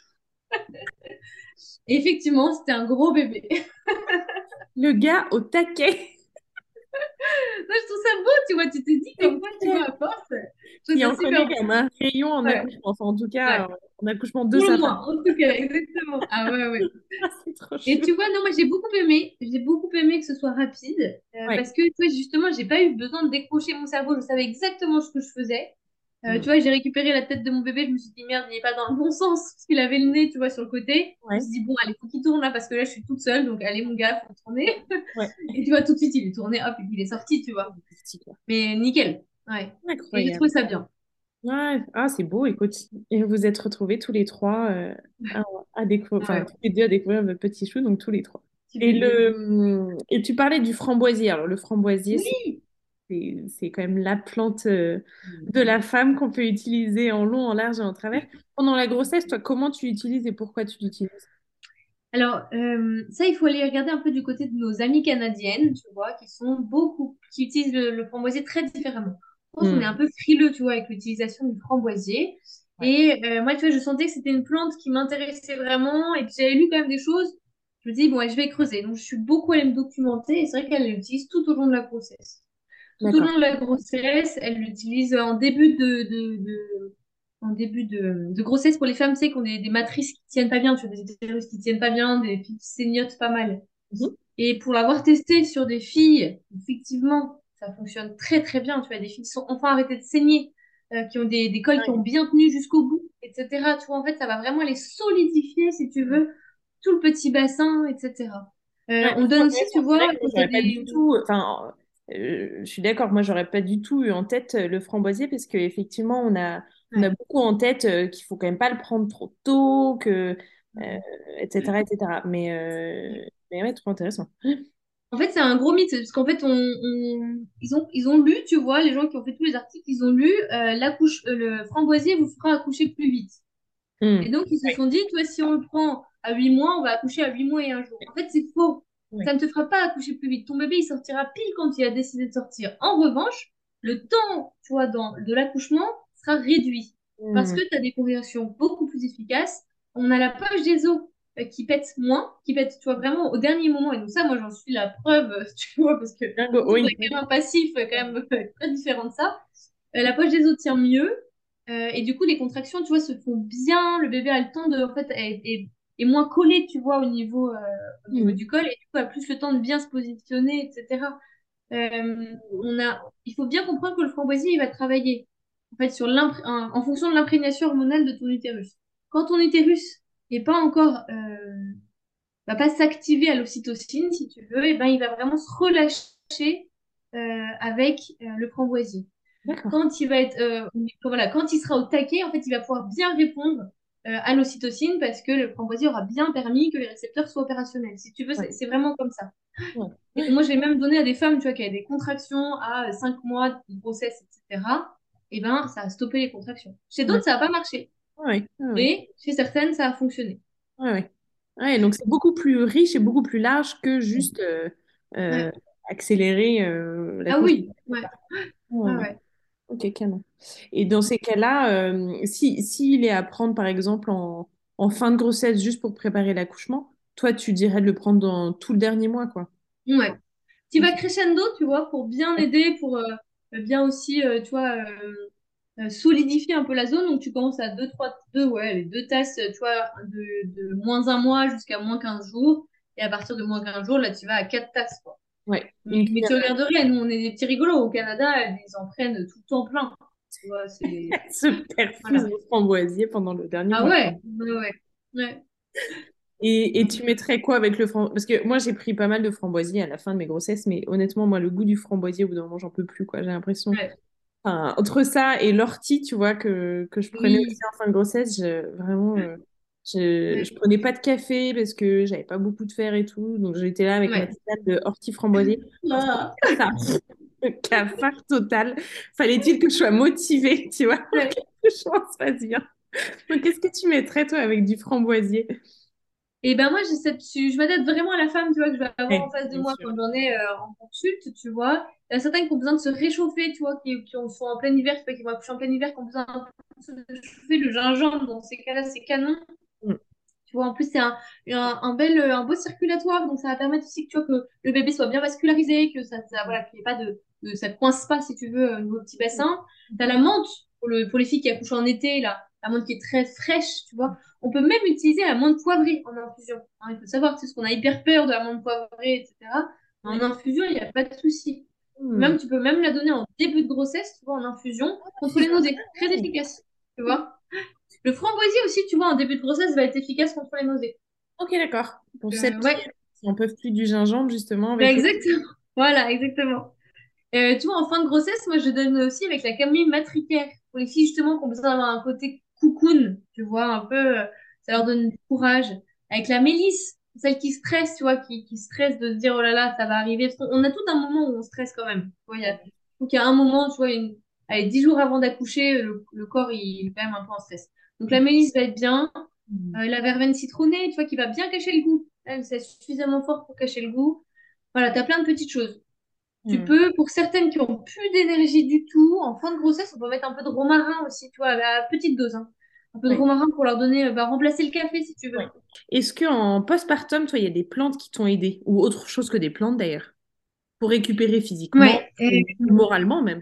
Et effectivement, c'était un gros bébé. Le gars au taquet. Moi, je trouve ça beau, tu vois, tu te dis C'est comme quoi, tu vois, clair. à force, je trouve Qui ça en super connaît beau. comme un rayon en Ouais, accouchement. Enfin, en tout ouais. cas, en accouchement de Pour le sa moins, femme. en tout cas, exactement. Ah ouais, ouais. Ah, c'est trop Et chou. tu vois, non, moi, j'ai beaucoup aimé que ce soit rapide, Ouais. parce que, tu vois, justement, j'ai pas eu besoin de décrocher mon cerveau, je savais exactement ce que je faisais. Tu Hmm. vois, j'ai récupéré la tête de mon bébé, je me suis dit, merde, il n'est pas dans le bon sens, parce qu'il avait le nez, tu vois, sur le côté. Je me Ouais. suis dit, bon, allez, faut qu'il tourne là, parce que là, je suis toute seule, donc allez, mon gars, faut tourner. Ouais. Et tu vois, tout de suite, il est tourné, hop, et puis il est sorti, tu vois. Petit, quoi. Mais nickel. Ouais. Et j'ai trouvé Incroyable. ça bien. Ouais. Ah, c'est beau, écoute. Et vous vous êtes retrouvés tous les trois à, découvrir, enfin, Ouais, tous les deux à découvrir votre petit chou, donc tous les trois. petit Et bébé. et tu parlais du framboisier. Alors, le framboisier, Oui! c'est quand même la plante de la femme qu'on peut utiliser en long, en large et en travers. Pendant la grossesse, toi, comment tu l'utilises et pourquoi tu l'utilises? Alors, ça, il faut aller regarder un peu du côté de nos amies canadiennes, tu vois, qui utilisent le framboisier très différemment. Je pense qu'on est un Hmm. peu frileux, tu vois, avec l'utilisation du framboisier. Ouais. Et moi, tu vois, je sentais que c'était une plante qui m'intéressait vraiment. Et puis, j'avais lu quand même des choses. Je me dis, bon, ouais, je vais creuser. Donc, je suis beaucoup allée me documenter. Et c'est vrai qu'elle l'utilise tout au long de la grossesse. Tout au D'accord. long de la grossesse, elle l'utilise en début de grossesse pour les femmes, tu sais, qui ont des matrices qui tiennent pas bien, tu vois, des utérus qui tiennent pas bien, des filles qui saignotent pas mal. Mhm. Et pour l'avoir testé sur des filles, effectivement, ça fonctionne très très bien. Tu vois, des filles qui sont enfin arrêtées de saigner, qui ont des cols qui ont bien tenu jusqu'au bout, etc. Tu vois, en fait, ça va vraiment les solidifier, si tu veux, tout le petit bassin, etc. Ouais, On trop donne aussi, tu intéressant. C'est vois, vrai que moi, quand tu as j'aurais pas du des... tout. Enfin, je suis d'accord. Moi, j'aurais pas du tout eu en tête le framboisier parce qu'effectivement, on a Ouais. beaucoup en tête qu'il faut quand même pas le prendre trop tôt, euh, etc., etc. Mais ouais, trop intéressant. En fait, c'est un gros mythe, parce qu'en fait, ils ont lu, tu vois, les gens qui ont fait tous les articles, ils ont lu, le framboisier vous fera accoucher plus vite. Et Hmm. donc, ils se Ouais, sont dit, toi, si on le prend à 8 mois, on va accoucher à 8 mois et un jour. En fait, c'est faux. ouais. Ça ne te fera pas accoucher plus vite. Ton bébé, il sortira pile quand il a décidé de sortir. En revanche, le temps, tu vois, de l'accouchement sera réduit. Parce Hmm. que tu as des contractions beaucoup plus efficaces. On a la poche des os qui pète moins, qui pète, tu vois, vraiment au dernier moment. Et donc ça, moi, j'en suis la preuve, tu vois, parce que Dingo, surtout oui. avec quand même un passif quand même très différent de ça. La poche des os tient mieux. Et du coup, les contractions, tu vois, se font bien. Le bébé a le temps de, en fait, est moins collé, tu vois, au niveau Hmm. du col, et du coup, a plus le temps de bien se positionner, etc. Il faut bien comprendre que le framboisier, il va travailler, en fait, en fonction de l'imprégnation hormonale de ton utérus. Quand ton utérus n'est pas encore, va pas s'activer à l'ocytocine, si tu veux, et ben, il va vraiment se relâcher avec le framboisier D'accord. quand il va être, voilà, quand il sera au taquet, en fait, il va pouvoir bien répondre à l'ocytocine parce que le framboisier aura bien permis que les récepteurs soient opérationnels. Si tu veux, Ouais. c'est vraiment comme ça. Ouais. Et moi, je l'ai même donné à des femmes, tu vois, qui avaient des contractions à 5 mois de grossesse, etc. Et ben, ça a stoppé les contractions. Chez Ouais. d'autres, ça n'a pas marché. Ouais. Ouais. Ouais. Mais chez certaines, ça a fonctionné. Ouais. Ouais. Ouais, donc c'est beaucoup plus riche et beaucoup plus large que juste euh, Ouais. accélérer Ah l'accouchement. oui, ouais, Ouais, ouais, ouais. ouais. Ok, canon. Et dans ces cas-là, si, s'il est à prendre par exemple en fin de grossesse juste pour préparer l'accouchement, toi tu dirais de le prendre dans tout le dernier mois, quoi. Ouais. Tu Ok. vas crescendo, tu vois, pour bien aider, pour bien aussi, tu vois, solidifier un peu la zone. Donc, tu commences à ouais, les 2 tasses, tu vois, de -1 mois jusqu'à -15 jours. Et à partir de -15 jours, là, tu vas à 4 tasses, quoi. Ouais, Mais, une mais cuillère tu regarderais, nous, on est des petits rigolos. Au Canada, ils en prennent tout le temps plein. Tu vois, c'est... à se perfuse Voilà. de framboisier pendant le dernier Ah mois. ouais, ouais, ouais. Ouais. Et tu mettrais quoi avec le framboisier? Parce que moi j'ai pris pas mal de framboisier à la fin de mes grossesses, mais honnêtement, moi le goût du framboisier, au bout d'un moment, j'en peux plus, quoi. J'ai l'impression. Ouais. Enfin, entre ça et l'ortie, tu vois, que je prenais aussi Oui. en fin de grossesse, vraiment, je Ouais. prenais pas de café parce que j'avais pas beaucoup de fer et tout. Donc j'étais là avec ma Ouais. tisane de ortie framboisier. Ah. Ça, cafard total. Fallait-il que je sois motivée, tu vois, pour que Ouais. les choses se passent bien. Donc qu'est-ce que tu mettrais, toi, avec du framboisier? Et ben moi, je m'adapte vraiment à la femme, tu vois, que je vais avoir en Ouais, face de bien moi sûr. quand j'en ai en consulte, tu vois. Il y en a certaines qui ont besoin de se réchauffer, tu vois, sont en plein hiver, tu vois, qui vont accoucher en plein hiver, qui ont besoin un peu de se chauffer le gingembre. Dans ces cas-là, c'est canon. Mm. Tu vois, en plus, c'est un beau circulatoire, donc ça va permettre aussi que, tu vois, que le bébé soit bien vascularisé, que voilà, qu'il y ait pas ça coince pas, si tu veux, au niveau petit bassin. T'as la menthe, pour les filles qui accouchent en été, là, la menthe qui est très fraîche, tu vois. On peut même utiliser la menthe poivrée en infusion. Hein, il faut savoir, tu sais, parce qu'on a hyper peur de la menthe poivrée, etc. En Ouais. infusion, il n'y a pas de souci. Mm. Même, tu peux même la donner en début de grossesse, tu vois, en infusion, contre Si les j'en nausées. Très ai. efficace, tu vois. Le framboisier aussi, tu vois, en début de grossesse, va être efficace contre les nausées. Ok, d'accord. Pour celles Ouais, qui en peuvent plus du gingembre, justement, bah avec le... exactement. Voilà, exactement. Tu vois, en fin de grossesse, moi, je donne aussi avec la camomille matricaire. Pour les filles, justement, qui ont besoin d'avoir un côté cocoon, tu vois, un peu, ça leur donne du courage. Avec la mélisse, celle qui stresse, tu vois, qui stresse de se dire, oh là là, ça va arriver. Parce qu'on a tout un moment où on stresse quand même. Tu vois, donc, il y a un moment, tu vois, allez, 10 jours avant d'accoucher, le corps, il est quand même un peu en stress. Donc, la mélisse va être bien. Mm. La verveine citronnée, tu vois, qui va bien cacher le goût. Elle, c'est suffisamment fort pour cacher le goût. Voilà, t'as plein de petites choses. Tu Mm. peux, pour certaines qui ont plus d'énergie du tout, en fin de grossesse, on peut mettre un peu de romarin aussi, tu vois, à petite dose, hein. Un peu de Ouais. romarin pour leur donner, remplacer le café si tu veux. Ouais. Est-ce qu'en postpartum, toi, il y a des plantes qui t'ont aidé, ou autre chose que des plantes d'ailleurs, pour récupérer physiquement Ouais, ou moralement même?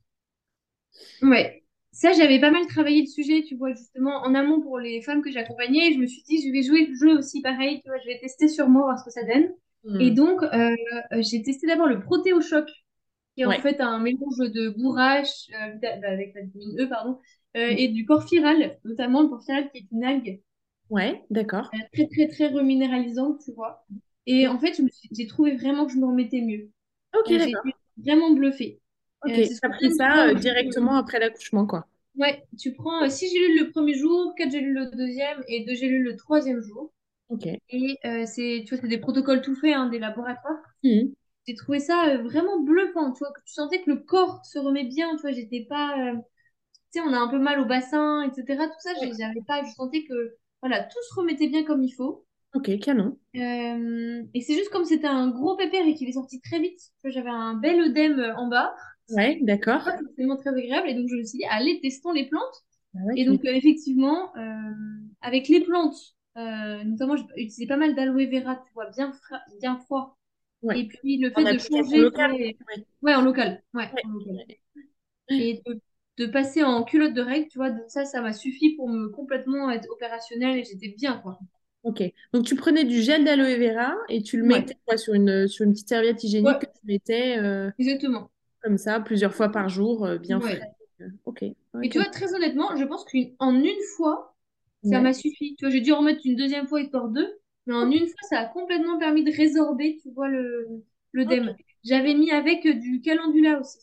ouais. Ça, j'avais pas mal travaillé le sujet, tu vois, justement, en amont pour les femmes que j'accompagnais. Je me suis dit, je vais jouer le jeu aussi pareil, tu vois, je vais tester sur moi, voir ce que ça donne. Et Mm. donc, j'ai testé d'abord le protéochoc, qui est en Ouais, fait un mélange de bourrache, avec la vitamine E, pardon, et du porphyral, notamment le porphyral qui est une algue ouais, d'accord. très, très, très reminéralisante, tu vois. Et en fait, j'ai trouvé vraiment que je me remettais mieux. Ok, J'ai d'accord. été vraiment bluffée. Ok, C'est ce t'as qu'on pris donne, tu vois, ça aussi. directement après l'accouchement, quoi. Ouais, tu prends 6 gélules le premier jour, 4 gélules le deuxième et 2 gélules le troisième jour. Ok. Et tu vois, c'est des protocoles tout faits, hein, des laboratoires. Mhm. J'ai trouvé ça vraiment bluffant, tu vois, que tu sentais que le corps se remet bien, tu vois, j'étais pas... tu sais, on a un peu mal au bassin, etc. Tout ça, Ouais. j'avais pas, je sentais que, voilà, tout se remettait bien comme il faut. Ok, canon. Et c'est juste comme c'était un gros pépère et qu'il est sorti très vite, que j'avais un bel œdème en bas, Ouais, d'accord. pas forcément très agréable, et donc je me suis dit, allez, testons les plantes. Ah ouais, Et tu donc, m'étonnes. effectivement, avec les plantes, notamment, j'ai utilisé pas mal d'aloe vera, tu vois, bien froid. Ouais. Et puis, le En fait de application changer, tu vois, locale. Ouais. ouais, en local, ouais, Ouais. en local. Ouais. Et de passer en culotte de règle, tu vois, ça m'a suffi pour me complètement être opérationnelle et j'étais bien, quoi. Ok. Donc tu prenais du gel d'aloe vera et tu le Ouais, mettais quoi, sur une petite serviette hygiénique que ouais, tu mettais exactement. comme ça plusieurs fois par jour, bien frais. Ouais. Ok. Et tu Ok. vois, très honnêtement, je pense qu'en une fois, ça Ouais. m'a suffi. Tu vois, j'ai dû en remettre une deuxième fois histoire d'eux, mais en une fois, ça a complètement permis de résorber, tu vois, Ok. l'œdème. J'avais mis avec du calendula aussi.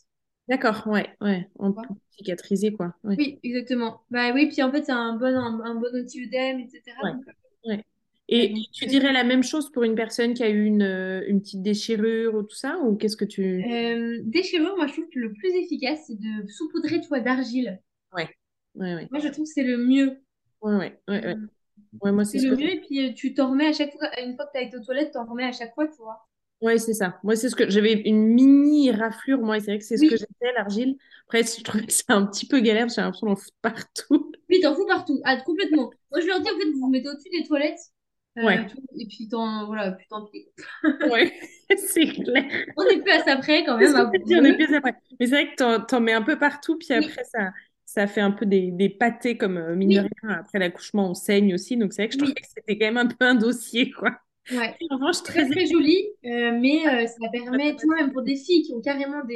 D'accord, ouais, ouais. Pour cicatriser, quoi. Ouais, Oui, exactement. Bah oui, puis en fait, c'est un bon anti-œdème, etc. ouais, Donc, ouais. donc Et tu très bien. dirais la même chose pour une personne qui a eu une petite déchirure ou tout ça, ou qu'est-ce que tu... Déchirure, moi, je trouve que le plus efficace, c'est de saupoudrer, tu vois, d'argile. Ouais, ouais, ouais, Moi, je trouve que c'est le mieux. ouais, ouais, ouais, ouais. Euh, Ouais, moi, c'est c'est ce le que... mieux, et puis tu t'en remets à chaque fois, une fois que tu as été aux toilettes, t'en remets à chaque fois, tu vois. Ouais, c'est ça. Moi, c'est ce que... J'avais une mini raflure, moi, et c'est vrai que c'est ce que Oui, j'ai fait, l'argile. Après, je trouvais que c'est un petit peu galère, j'ai l'impression d'en foutre partout. oui, t'en fous partout. Ah, complètement. Moi, je leur dis, en fait, vous vous mettez au-dessus des toilettes, Ouais, et puis voilà, puis tant pis. ouais, c'est clair. On est plus à ça près, quand C'est ce même, que tu dis, on est avouons-le. plus après. Mais c'est vrai que t'en mets un peu partout, puis Oui, après, ça fait un peu des pâtés, comme mine de oui, rien. Après l'accouchement, on saigne aussi. Donc c'est vrai que je trouvais oui. que c'était quand même un peu un dossier, quoi. Ouais. En revanche, C'est pas très très joli, mais ça permet, tu vois, même efficace. pour des filles qui ont carrément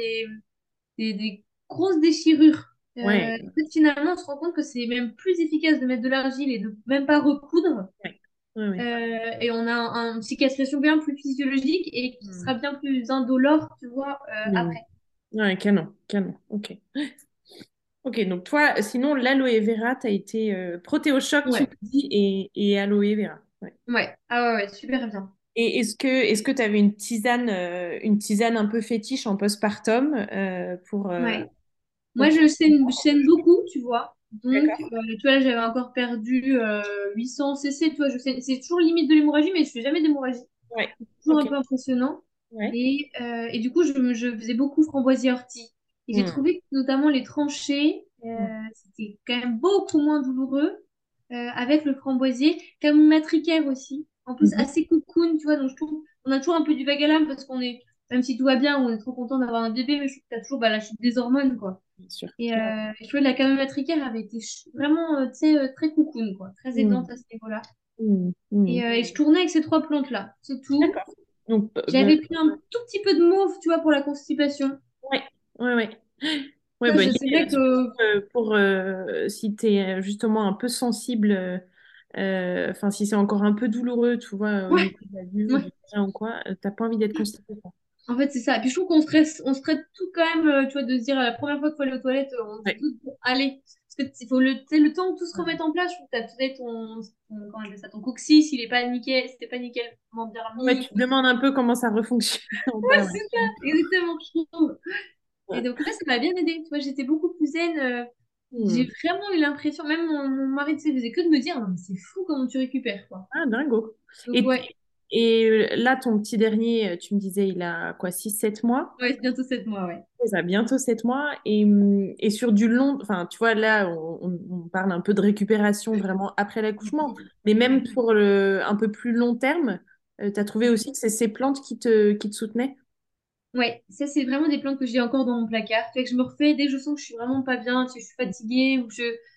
des grosses déchirures. Ouais, En fait, finalement, on se rend compte que c'est même plus efficace de mettre de l'argile et de même pas recoudre. ouais, ouais, ouais. Et on a une cicatrisation bien plus physiologique et qui Hmm. sera bien plus indolore, tu vois, Hmm. après. Ouais, canon, canon. Ok. Ok, donc toi, sinon, l'aloe vera, t'as été protéochoc, tu me Ouais, dis, et aloe vera. Ouais. ouais. Ah ouais, ouais, super bien. Et est-ce que tu avais une tisane un peu fétiche en postpartum pour, Ouais. Moi, pour... je saigne beaucoup, tu vois. Donc, D'accord. tu vois, là, j'avais encore perdu 800 cc, tu vois, c'est toujours limite de l'hémorragie, mais je fais jamais d'hémorragie. Ouais. Toujours un Ok. peu impressionnant. Ouais. Et du coup, je faisais beaucoup framboisier ortie. Et j'ai Hmm. trouvé que notamment les tranchées, Hmm. c'était quand même beaucoup moins douloureux avec le framboisier. Camomille matricaire aussi. En plus, Mhm. assez cocoon, tu vois. Donc, je trouve on a toujours un peu du vague à l'âme parce qu'on est, même si tout va bien, on est trop content d'avoir un bébé, mais je trouve que t'as toujours bah, la chute des hormones, quoi. Bien sûr. Et je trouvais que la camomille matricaire avait été vraiment, tu sais, très cocoon, quoi. Très Hmm. aidante à ce niveau-là. Hmm. Hmm. Et je tournais avec ces trois plantes-là. C'est tout. D'accord. Donc, J'avais pris un tout petit peu de mauve, tu vois, pour la constipation. ouais, ouais, ouais. Ouais, Ça, bah, c'est vrai que... pour si tu es justement un peu sensible, enfin, si c'est encore un peu douloureux, tu vois, au Ouais, niveau de la vue ou ouais. du vagin ou quoi, t'as pas envie d'être constipé, quoi. En fait, c'est ça. Et puis, je trouve on se traite tout quand même, tu vois, de se dire la première fois qu'il faut aller aux toilettes, on se dit Ouais. tout pour aller. Parce que il faut tu sais, le temps que tout se remette en place. Je trouve que t'as peut-être comment on appelle ça, ton coccyx, il est pas nickel, c'était pas nickel, comment bien Ouais, mis. tu te demandes un peu comment ça refonctionne en Ouais, bas, c'est ouais. ça, exactement, je trouve. Et Ouais. donc là, ça m'a bien aidé. Tu vois, j'étais beaucoup plus zen. J'ai Hmm. vraiment eu l'impression, même mon mari, tu sais, faisait que de me dire, non, mais c'est fou comment tu récupères, quoi. Ah, dingo. Donc, Et, ouais, là, ton petit dernier, tu me disais, il a quoi, 6 7 mois? ouais, c'est bientôt 7 mois, ouais. Ça a bientôt 7 mois. Et sur du long, enfin, tu vois, là, on parle un peu de récupération vraiment après l'accouchement, mais même Ouais. pour un peu plus long terme, tu as trouvé aussi que c'est ces plantes qui te soutenaient? Ouais, ça c'est vraiment des plantes que j'ai encore dans mon placard. Fait que je me refais dès que je sens que je suis vraiment pas bien, que je suis fatiguée ou que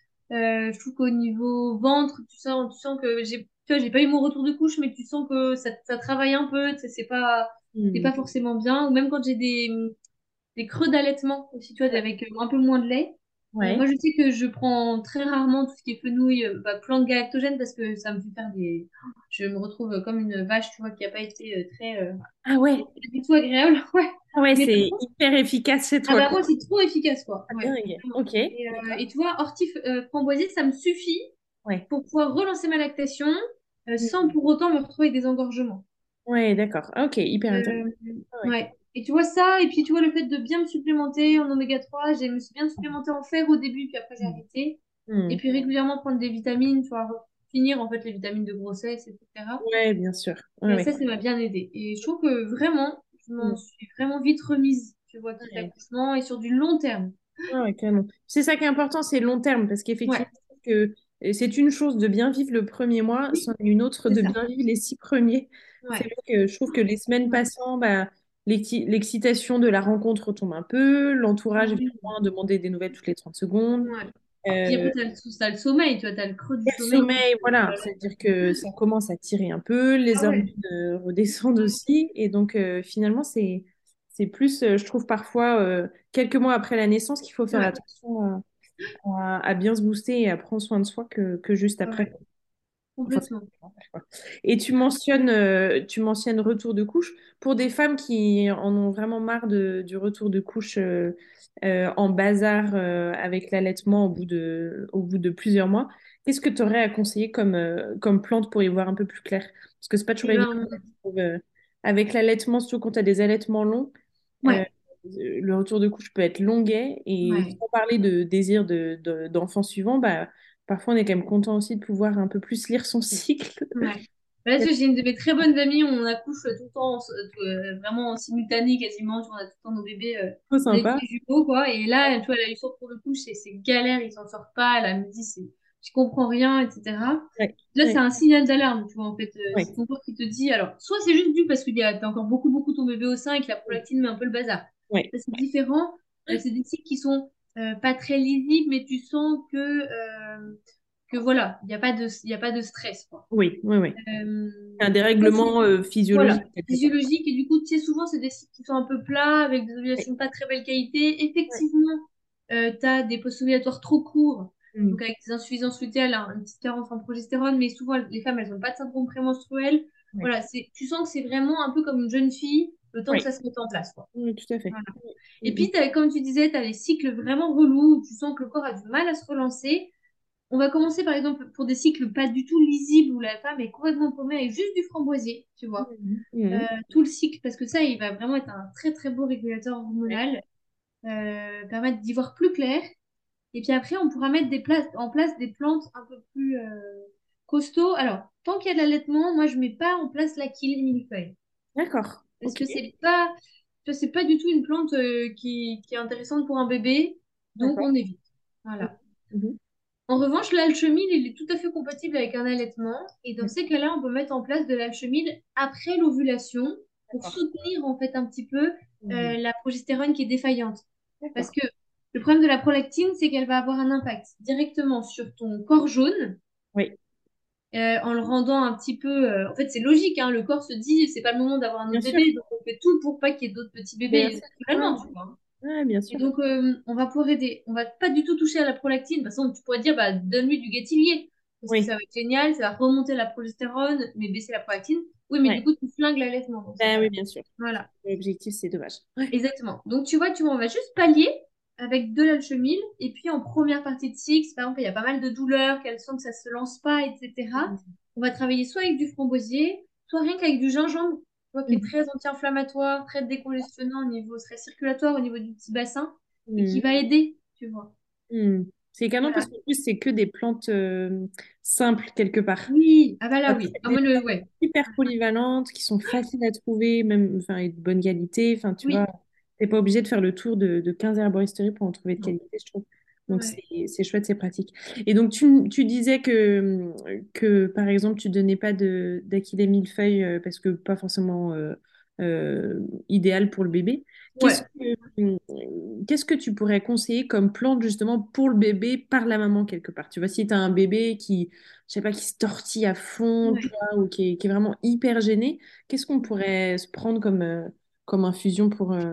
je trouve qu'au niveau ventre, tu sens que tu vois, j'ai pas eu mon retour de couche, mais tu sens que ça travaille un peu, tu sais, c'est Hmm. pas forcément bien. Ou même quand j'ai des creux d'allaitement aussi, tu vois, Ouais. avec un peu moins de lait. Moi, Ouais. je sais que je prends très rarement tout ce qui est fenouil, plantes galactogènes parce que ça me fait faire des. Je me retrouve comme une vache, tu vois, qui a pas été très. Ah ouais, C'est pas du tout agréable, ouais. ah ouais, Mais c'est hyper efficace chez ah toi, bah quoi. moi, c'est trop efficace, quoi. Ah, Ouais, dingue. vraiment. Ok, Et d'accord. tu vois, ortie framboisier, ça me suffit Ouais. pour pouvoir relancer ma lactation sans Hmm. pour autant me retrouver avec des engorgements. Ouais, d'accord. Ah, ok, hyper intéressant. Euh, Ah ouais. ouais. Et tu vois ça, et puis tu vois le fait de bien me supplémenter en oméga 3, je me suis bien supplémentée en fer au début, puis après j'ai Hmm. arrêté. Et Hmm. puis régulièrement prendre des vitamines, tu vois, finir en fait les vitamines de grossesse, etc. Ouais, bien sûr. Ouais, Et ouais. ça m'a bien aidé. Et je trouve que vraiment, je Hmm. m'en suis vraiment vite remise, tu vois, de cet Ouais. accouchement et sur du long terme. Ah ouais, canon. C'est ça qui est important, c'est long terme, parce Ouais, qu'effectivement, je trouve que c'est une chose de bien vivre le premier mois, oui, c'en est une autre c'est de ça. bien vivre les 6 premiers. C'est Ouais, vrai que je trouve que les semaines ouais. passant, bah, l'excitation de la rencontre retombe un peu, l'entourage Ah vient oui. moins demander des nouvelles toutes les 30 secondes. Ouais. Puis Euh, après, t'as le sommeil, tu vois, t'as le creux du et le sommeil. sommeil, voilà, Voilà. c'est-à-dire que ça commence à tirer un peu, les Ah hormones ouais. redescendent aussi, et donc finalement, c'est plus, je trouve parfois, quelques mois après la naissance qu'il faut faire Ouais. attention à bien se booster et à prendre soin de soi que juste Ah après. ouais. Enfin, Complètement. quoi. Et tu mentionnes retour de couche. Pour des femmes qui en ont vraiment marre du retour de couche en bazar avec l'allaitement au bout de plusieurs mois, qu'est-ce que tu aurais à conseiller comme plante pour y voir un peu plus clair? Parce que c'est pas toujours Et évident, ben, je trouve, avec l'allaitement, surtout quand tu as des allaitements longs, euh, ouais, le retour de couche peut être longuet. Et ouais, sans parler de désir d'enfant suivant, bah, parfois on est quand même content aussi de pouvoir un peu plus lire son cycle. ouais. Là, j'ai une de mes très bonnes amies, on accouche tout le temps, vraiment en simultané quasiment, tu vois, on a tout le temps nos bébés Trop avec sympa. des jumeaux, quoi. Et là, tu vois, elle a eu son cours de couche, c'est galère, il s'en sort pas, elle me dit, je comprends rien, etc. Ouais, Là, c'est ouais, un signal d'alarme, tu vois, en fait, ouais, c'est ton corps qui te dit, alors, soit c'est juste dû parce que t'as encore beaucoup, beaucoup ton bébé au sein et que la prolactine met un peu le bazar. ouais, Ça, c'est différent. C'est des cycles qui sont pas très lisibles, mais tu sens que voilà, il y a pas de stress, quoi. oui, oui, oui. Un Ça, dérèglement voilà, physiologique quelque part. physiologique. Et du coup, tu sais, souvent, c'est des cycles qui sont un peu plats, avec des Ouais, ovulations pas très belle qualité. ouais. Effectivement, tu as des post-ovulatoires trop courts, Mm. donc avec des insuffisances lutéales, hein, une petite carence en progestérone, mais souvent, les femmes, elles n'ont pas de syndrome prémenstruel. Ouais, Voilà, tu sens que c'est vraiment un peu comme une jeune fille, le temps que ouais. ça se mette en place, quoi. Oui, tout à fait. Voilà. Et Mm, puis, comme tu disais, tu as les cycles vraiment relous, où tu sens que le corps a du mal à se relancer. On va commencer par exemple pour des cycles pas du tout lisibles où la femme est complètement paumée avec juste du framboisier, tu vois. mm, mm. Tout le cycle, parce que ça, il va vraiment être un très très beau régulateur Ouais. hormonal, permettre d'y voir plus clair. Et puis après, on pourra mettre en place des plantes un peu plus costauds. Alors, tant qu'il y a de l'allaitement, moi je mets pas en place l'achillée millefeuille. D'accord. Parce Ok. que c'est pas du tout une plante qui est intéressante pour un bébé, donc D'accord. on évite. Voilà. Mhm. En revanche, l'alchemil, il est tout à fait compatible avec un allaitement. Et dans Mhm. ces cas-là, on peut mettre en place de l'alchemil après l'ovulation pour D'accord. soutenir en fait un petit peu Mhm. la progestérone qui est défaillante. Parce D'accord. que le problème de la prolactine, c'est qu'elle va avoir un impact directement sur ton corps jaune Oui, en le rendant un petit peu. En fait, c'est logique, hein, le corps se dit, c'est pas le moment d'avoir un bien autre sûr. bébé, donc on fait tout pour pas qu'il y ait d'autres petits Bien bébés sûr. Ouais, naturellement, tu vois. ouais, bien Et sûr. donc, on va pouvoir aider. On va pas du tout toucher à la prolactine. De toute façon, tu pourrais dire, bah, donne-lui du Gatillier. Parce que Oui. ça va être génial, ça va remonter la progestérone, mais baisser la prolactine. Oui, mais du Ouais. coup, tu flingues l'allaitement dans ces Ben oui, cas-là. bien sûr. Voilà, L'objectif, c'est dommage. Ouais. exactement. Donc, tu vois, on va juste pallier avec de l'alchemil. Et puis, en première partie de cycle, par exemple, il y a pas mal de douleurs, qu'elles sentent que ça se lance pas, etc. Mhm. On va travailler soit avec du framboisier, soit rien qu'avec du gingembre, tu vois, qui est Mhm. très anti-inflammatoire, très décongestionnant au niveau stress circulatoire, au niveau du petit bassin, et qui Mhm. va aider, tu vois. Mhm. C'est canon parce Voilà. qu'en plus, c'est que des plantes simples quelque part. Oui, ah bah là Enfin, oui. Ah des moi plantes ouais. super polyvalentes, qui sont faciles à trouver, même, enfin, et de bonne qualité. Enfin, tu vois, Oui. t'es pas obligé de faire le tour de 15 herboristeries pour en trouver de Non. qualité, je trouve. Donc, Ouais. c'est chouette, c'est pratique. Et donc, tu disais que, par exemple, tu donnais pas d'achillée millefeuille parce que pas forcément euh, idéal pour le bébé. Qu'est-ce Ouais. qu'est-ce que tu pourrais conseiller comme plante justement pour le bébé par la maman quelque part? Tu vois, si tu as un bébé qui, je sais pas, qui se tortille à fond, tu Ouais. vois, ou qui est vraiment hyper gêné, qu'est-ce qu'on pourrait se prendre comme infusion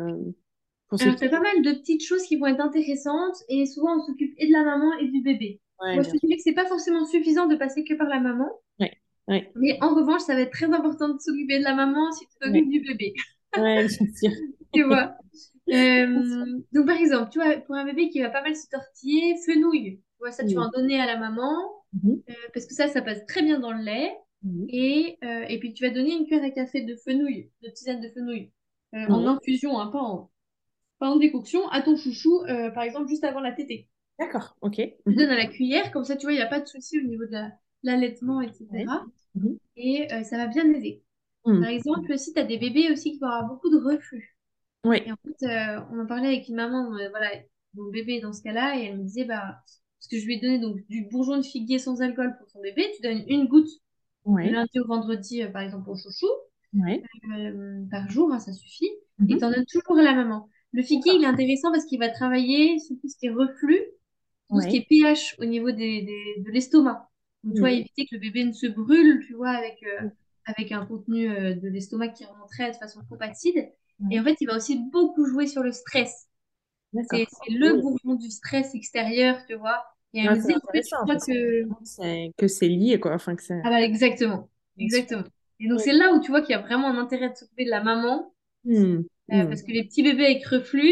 pour ces Alors, tu as petits... pas mal de petites choses qui vont être intéressantes et souvent on s'occupe et de la maman et du bébé. Ouais, Moi, je bien te sûr. dirais que c'est pas forcément suffisant de passer que par la maman, Ouais, ouais, mais en revanche, ça va être très important de s'occuper de la maman si tu ouais, t'occupes du bébé. ouais, bien sûr. Tu vois? Bien sûr. Donc, par exemple, tu vois, pour un bébé qui va pas mal se tortiller, fenouil. Tu vois, ça, tu vas Mhm. en donner à la maman Mhm. parce que ça passe très bien dans le lait. Mhm. Et puis, tu vas donner une cuillère à café de fenouil, de tisane de fenouil, en Ouais. infusion, hein, pas en décoction, à ton chouchou, par exemple, juste avant la tétée. D'accord, ok. Tu Mhm. donnes à la cuillère, comme ça, tu vois, il n'y a pas de souci au niveau de l'allaitement, Ouais. etc. Mhm. Et ça va bien aider. Par Mhm. exemple, si tu as des bébés aussi qui vont avoir beaucoup de reflux. Et Ouais. en fait, on en parlait avec une maman, voilà, mon bébé est dans ce cas-là, et elle me disait, bah, parce que je lui ai donné donc du bourgeon de figuier sans alcool pour son bébé, tu donnes une goutte du Ouais. lundi au vendredi, par exemple, au chouchou, Ouais. par jour, hein, ça suffit, et Mhm. t'en donnes toujours à la maman. Le figuier, il est D'accord. intéressant parce qu'il va travailler sur tout ce qui est reflux, tout ce qui Ouais. est pH au niveau de l'estomac. Donc, tu vois, Mhm. éviter que le bébé ne se brûle, tu vois, avec un contenu de l'estomac qui remonterait de façon trop acide. Et Ouais. en fait, il va aussi beaucoup jouer sur le stress. D'accord. C'est le bourgeon du stress extérieur, tu vois. Et elle Ah, me c'est disait, en fait, je intéressant crois parce que que... vraiment, que c'est lié, quoi. Enfin, que c'est Ah bah exactement, bien sûr. exactement. Et donc Oui. c'est là où tu vois qu'il y a vraiment un intérêt de s'occuper de la maman, Hmm, hmm. parce que les petits bébés avec reflux,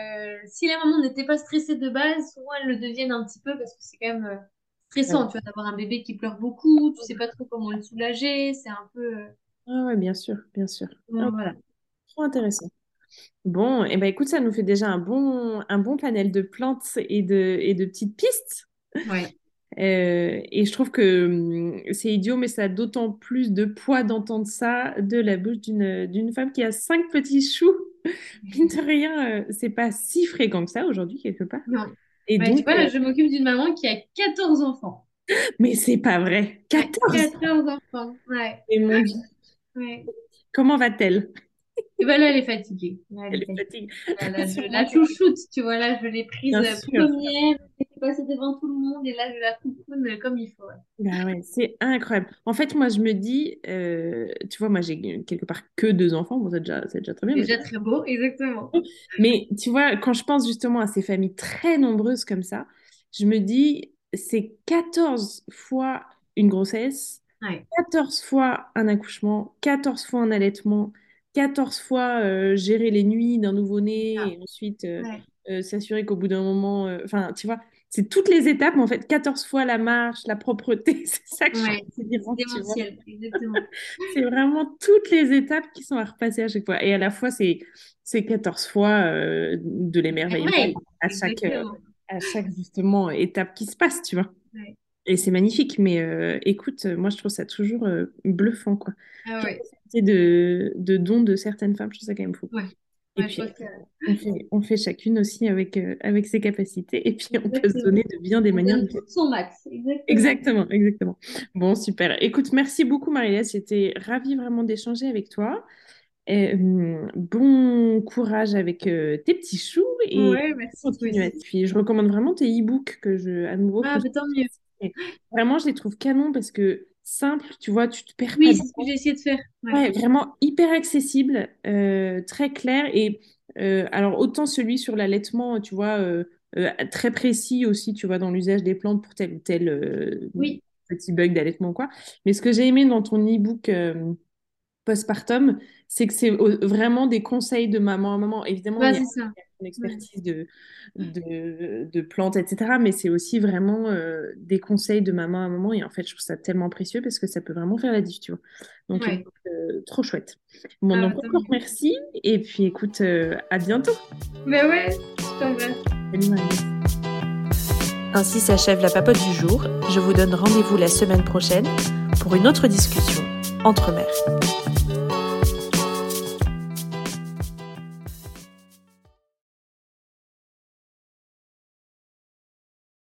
si la maman n'était pas stressée de base, souvent elles le deviennent un petit peu parce que c'est quand même Ouais. stressant, tu vois, d'avoir un bébé qui pleure beaucoup, tu sais pas trop comment le soulager, c'est un peu... Ah ouais, bien sûr, bien sûr. Ah, voilà. trop intéressant. Bon, et ben écoute, ça nous fait déjà un bon panel de plantes et de petites pistes. Ouais. Et je trouve que c'est idiot, mais ça a d'autant plus de poids d'entendre ça de la bouche d'une femme qui a 5 petits choux. Mine de rien, c'est pas si fréquent que ça aujourd'hui, quelque part. Non. Et Ouais, tu donc, vois, là, je m'occupe d'une maman qui a 14 enfants. mais c'est pas vrai. Ouais, 14. 14 enfants. Ouais. Et mon Dieu, Ouais. comment va-t-elle? Et ben là, elle est fatiguée. Là, elle Elle est est fatiguée. fatiguée. Là, je Sûrement la qu'elle- chouchoute, tu vois. Là, je l'ai prise Bien sûr. première. Elle est passée devant tout le monde et là, je la coucoune comme il faut. Ouais. Bah ouais, c'est incroyable. En fait, moi, je me dis, tu vois, moi, j'ai quelque part que 2 enfants. Bon, c'est déjà très bien. Déjà très beau, exactement. Mais tu vois, quand je pense justement à ces familles très nombreuses comme ça, je me dis, c'est 14 fois une grossesse, Ouais. 14 fois un accouchement, 14 fois un allaitement, 14 fois gérer les nuits d'un nouveau-né Ah, et ensuite ouais. s'assurer qu'au bout d'un moment, enfin, tu vois, c'est toutes les étapes, mais en fait, 14 fois la marche, la propreté, c'est ça que je trouve Ouais, c'est différent, tu vois. démentiel, exactement. C'est vraiment toutes les étapes qui sont à repasser à chaque fois. Et à la fois, c'est 14 fois de l'émerveillement Ouais, exactement. à chaque justement étape qui se passe, tu vois. Ouais. Et c'est magnifique. Mais écoute, moi, je trouve ça toujours bluffant, quoi. Ah ouais, Capacité de dons de certaines femmes, je trouve ça quand même fou. ouais. Et Ouais, je puis, pense que... on fait chacune aussi avec ses capacités. Et puis, on peut se Exactement. donner de bien des On manières donne différentes. tout son max, exactement. Exactement, exactement. Bon, super. Écoute, merci beaucoup, Marie-Laure. J'étais ravie vraiment d'échanger avec toi. Bon courage avec tes petits choux et Ouais, merci, toi continue. aussi. Puis je recommande vraiment tes e-books à nouveau que Ah, je mais tant mieux. et vraiment je les trouve canon parce que simple, tu vois, tu te perds pas Oui, c'est ce que dedans. j'ai essayé de faire. Ouais. Ouais, vraiment hyper accessible, très clair et alors autant celui sur l'allaitement, tu vois, très précis aussi, tu vois, dans l'usage des plantes pour tel ou tel Oui, petit bug d'allaitement quoi. Mais ce que j'ai aimé dans ton e-book postpartum, c'est que c'est vraiment des conseils de maman à maman. Évidemment, bah, il y a c'est ça. une Ouais. expertise de plantes, etc. Mais c'est aussi vraiment des conseils de maman à maman. Et en fait, je trouve ça tellement précieux parce que ça peut vraiment faire la diff, tu vois. Donc, Ouais. écoute, trop chouette. Bon, Ah, donc bah, tant encore mieux. merci. Et puis, écoute, à bientôt. Bah ouais, je t'embrasse. Salut, Marie. Ainsi s'achève la papote du jour. Je vous donne rendez-vous la semaine prochaine pour une autre discussion entre mères.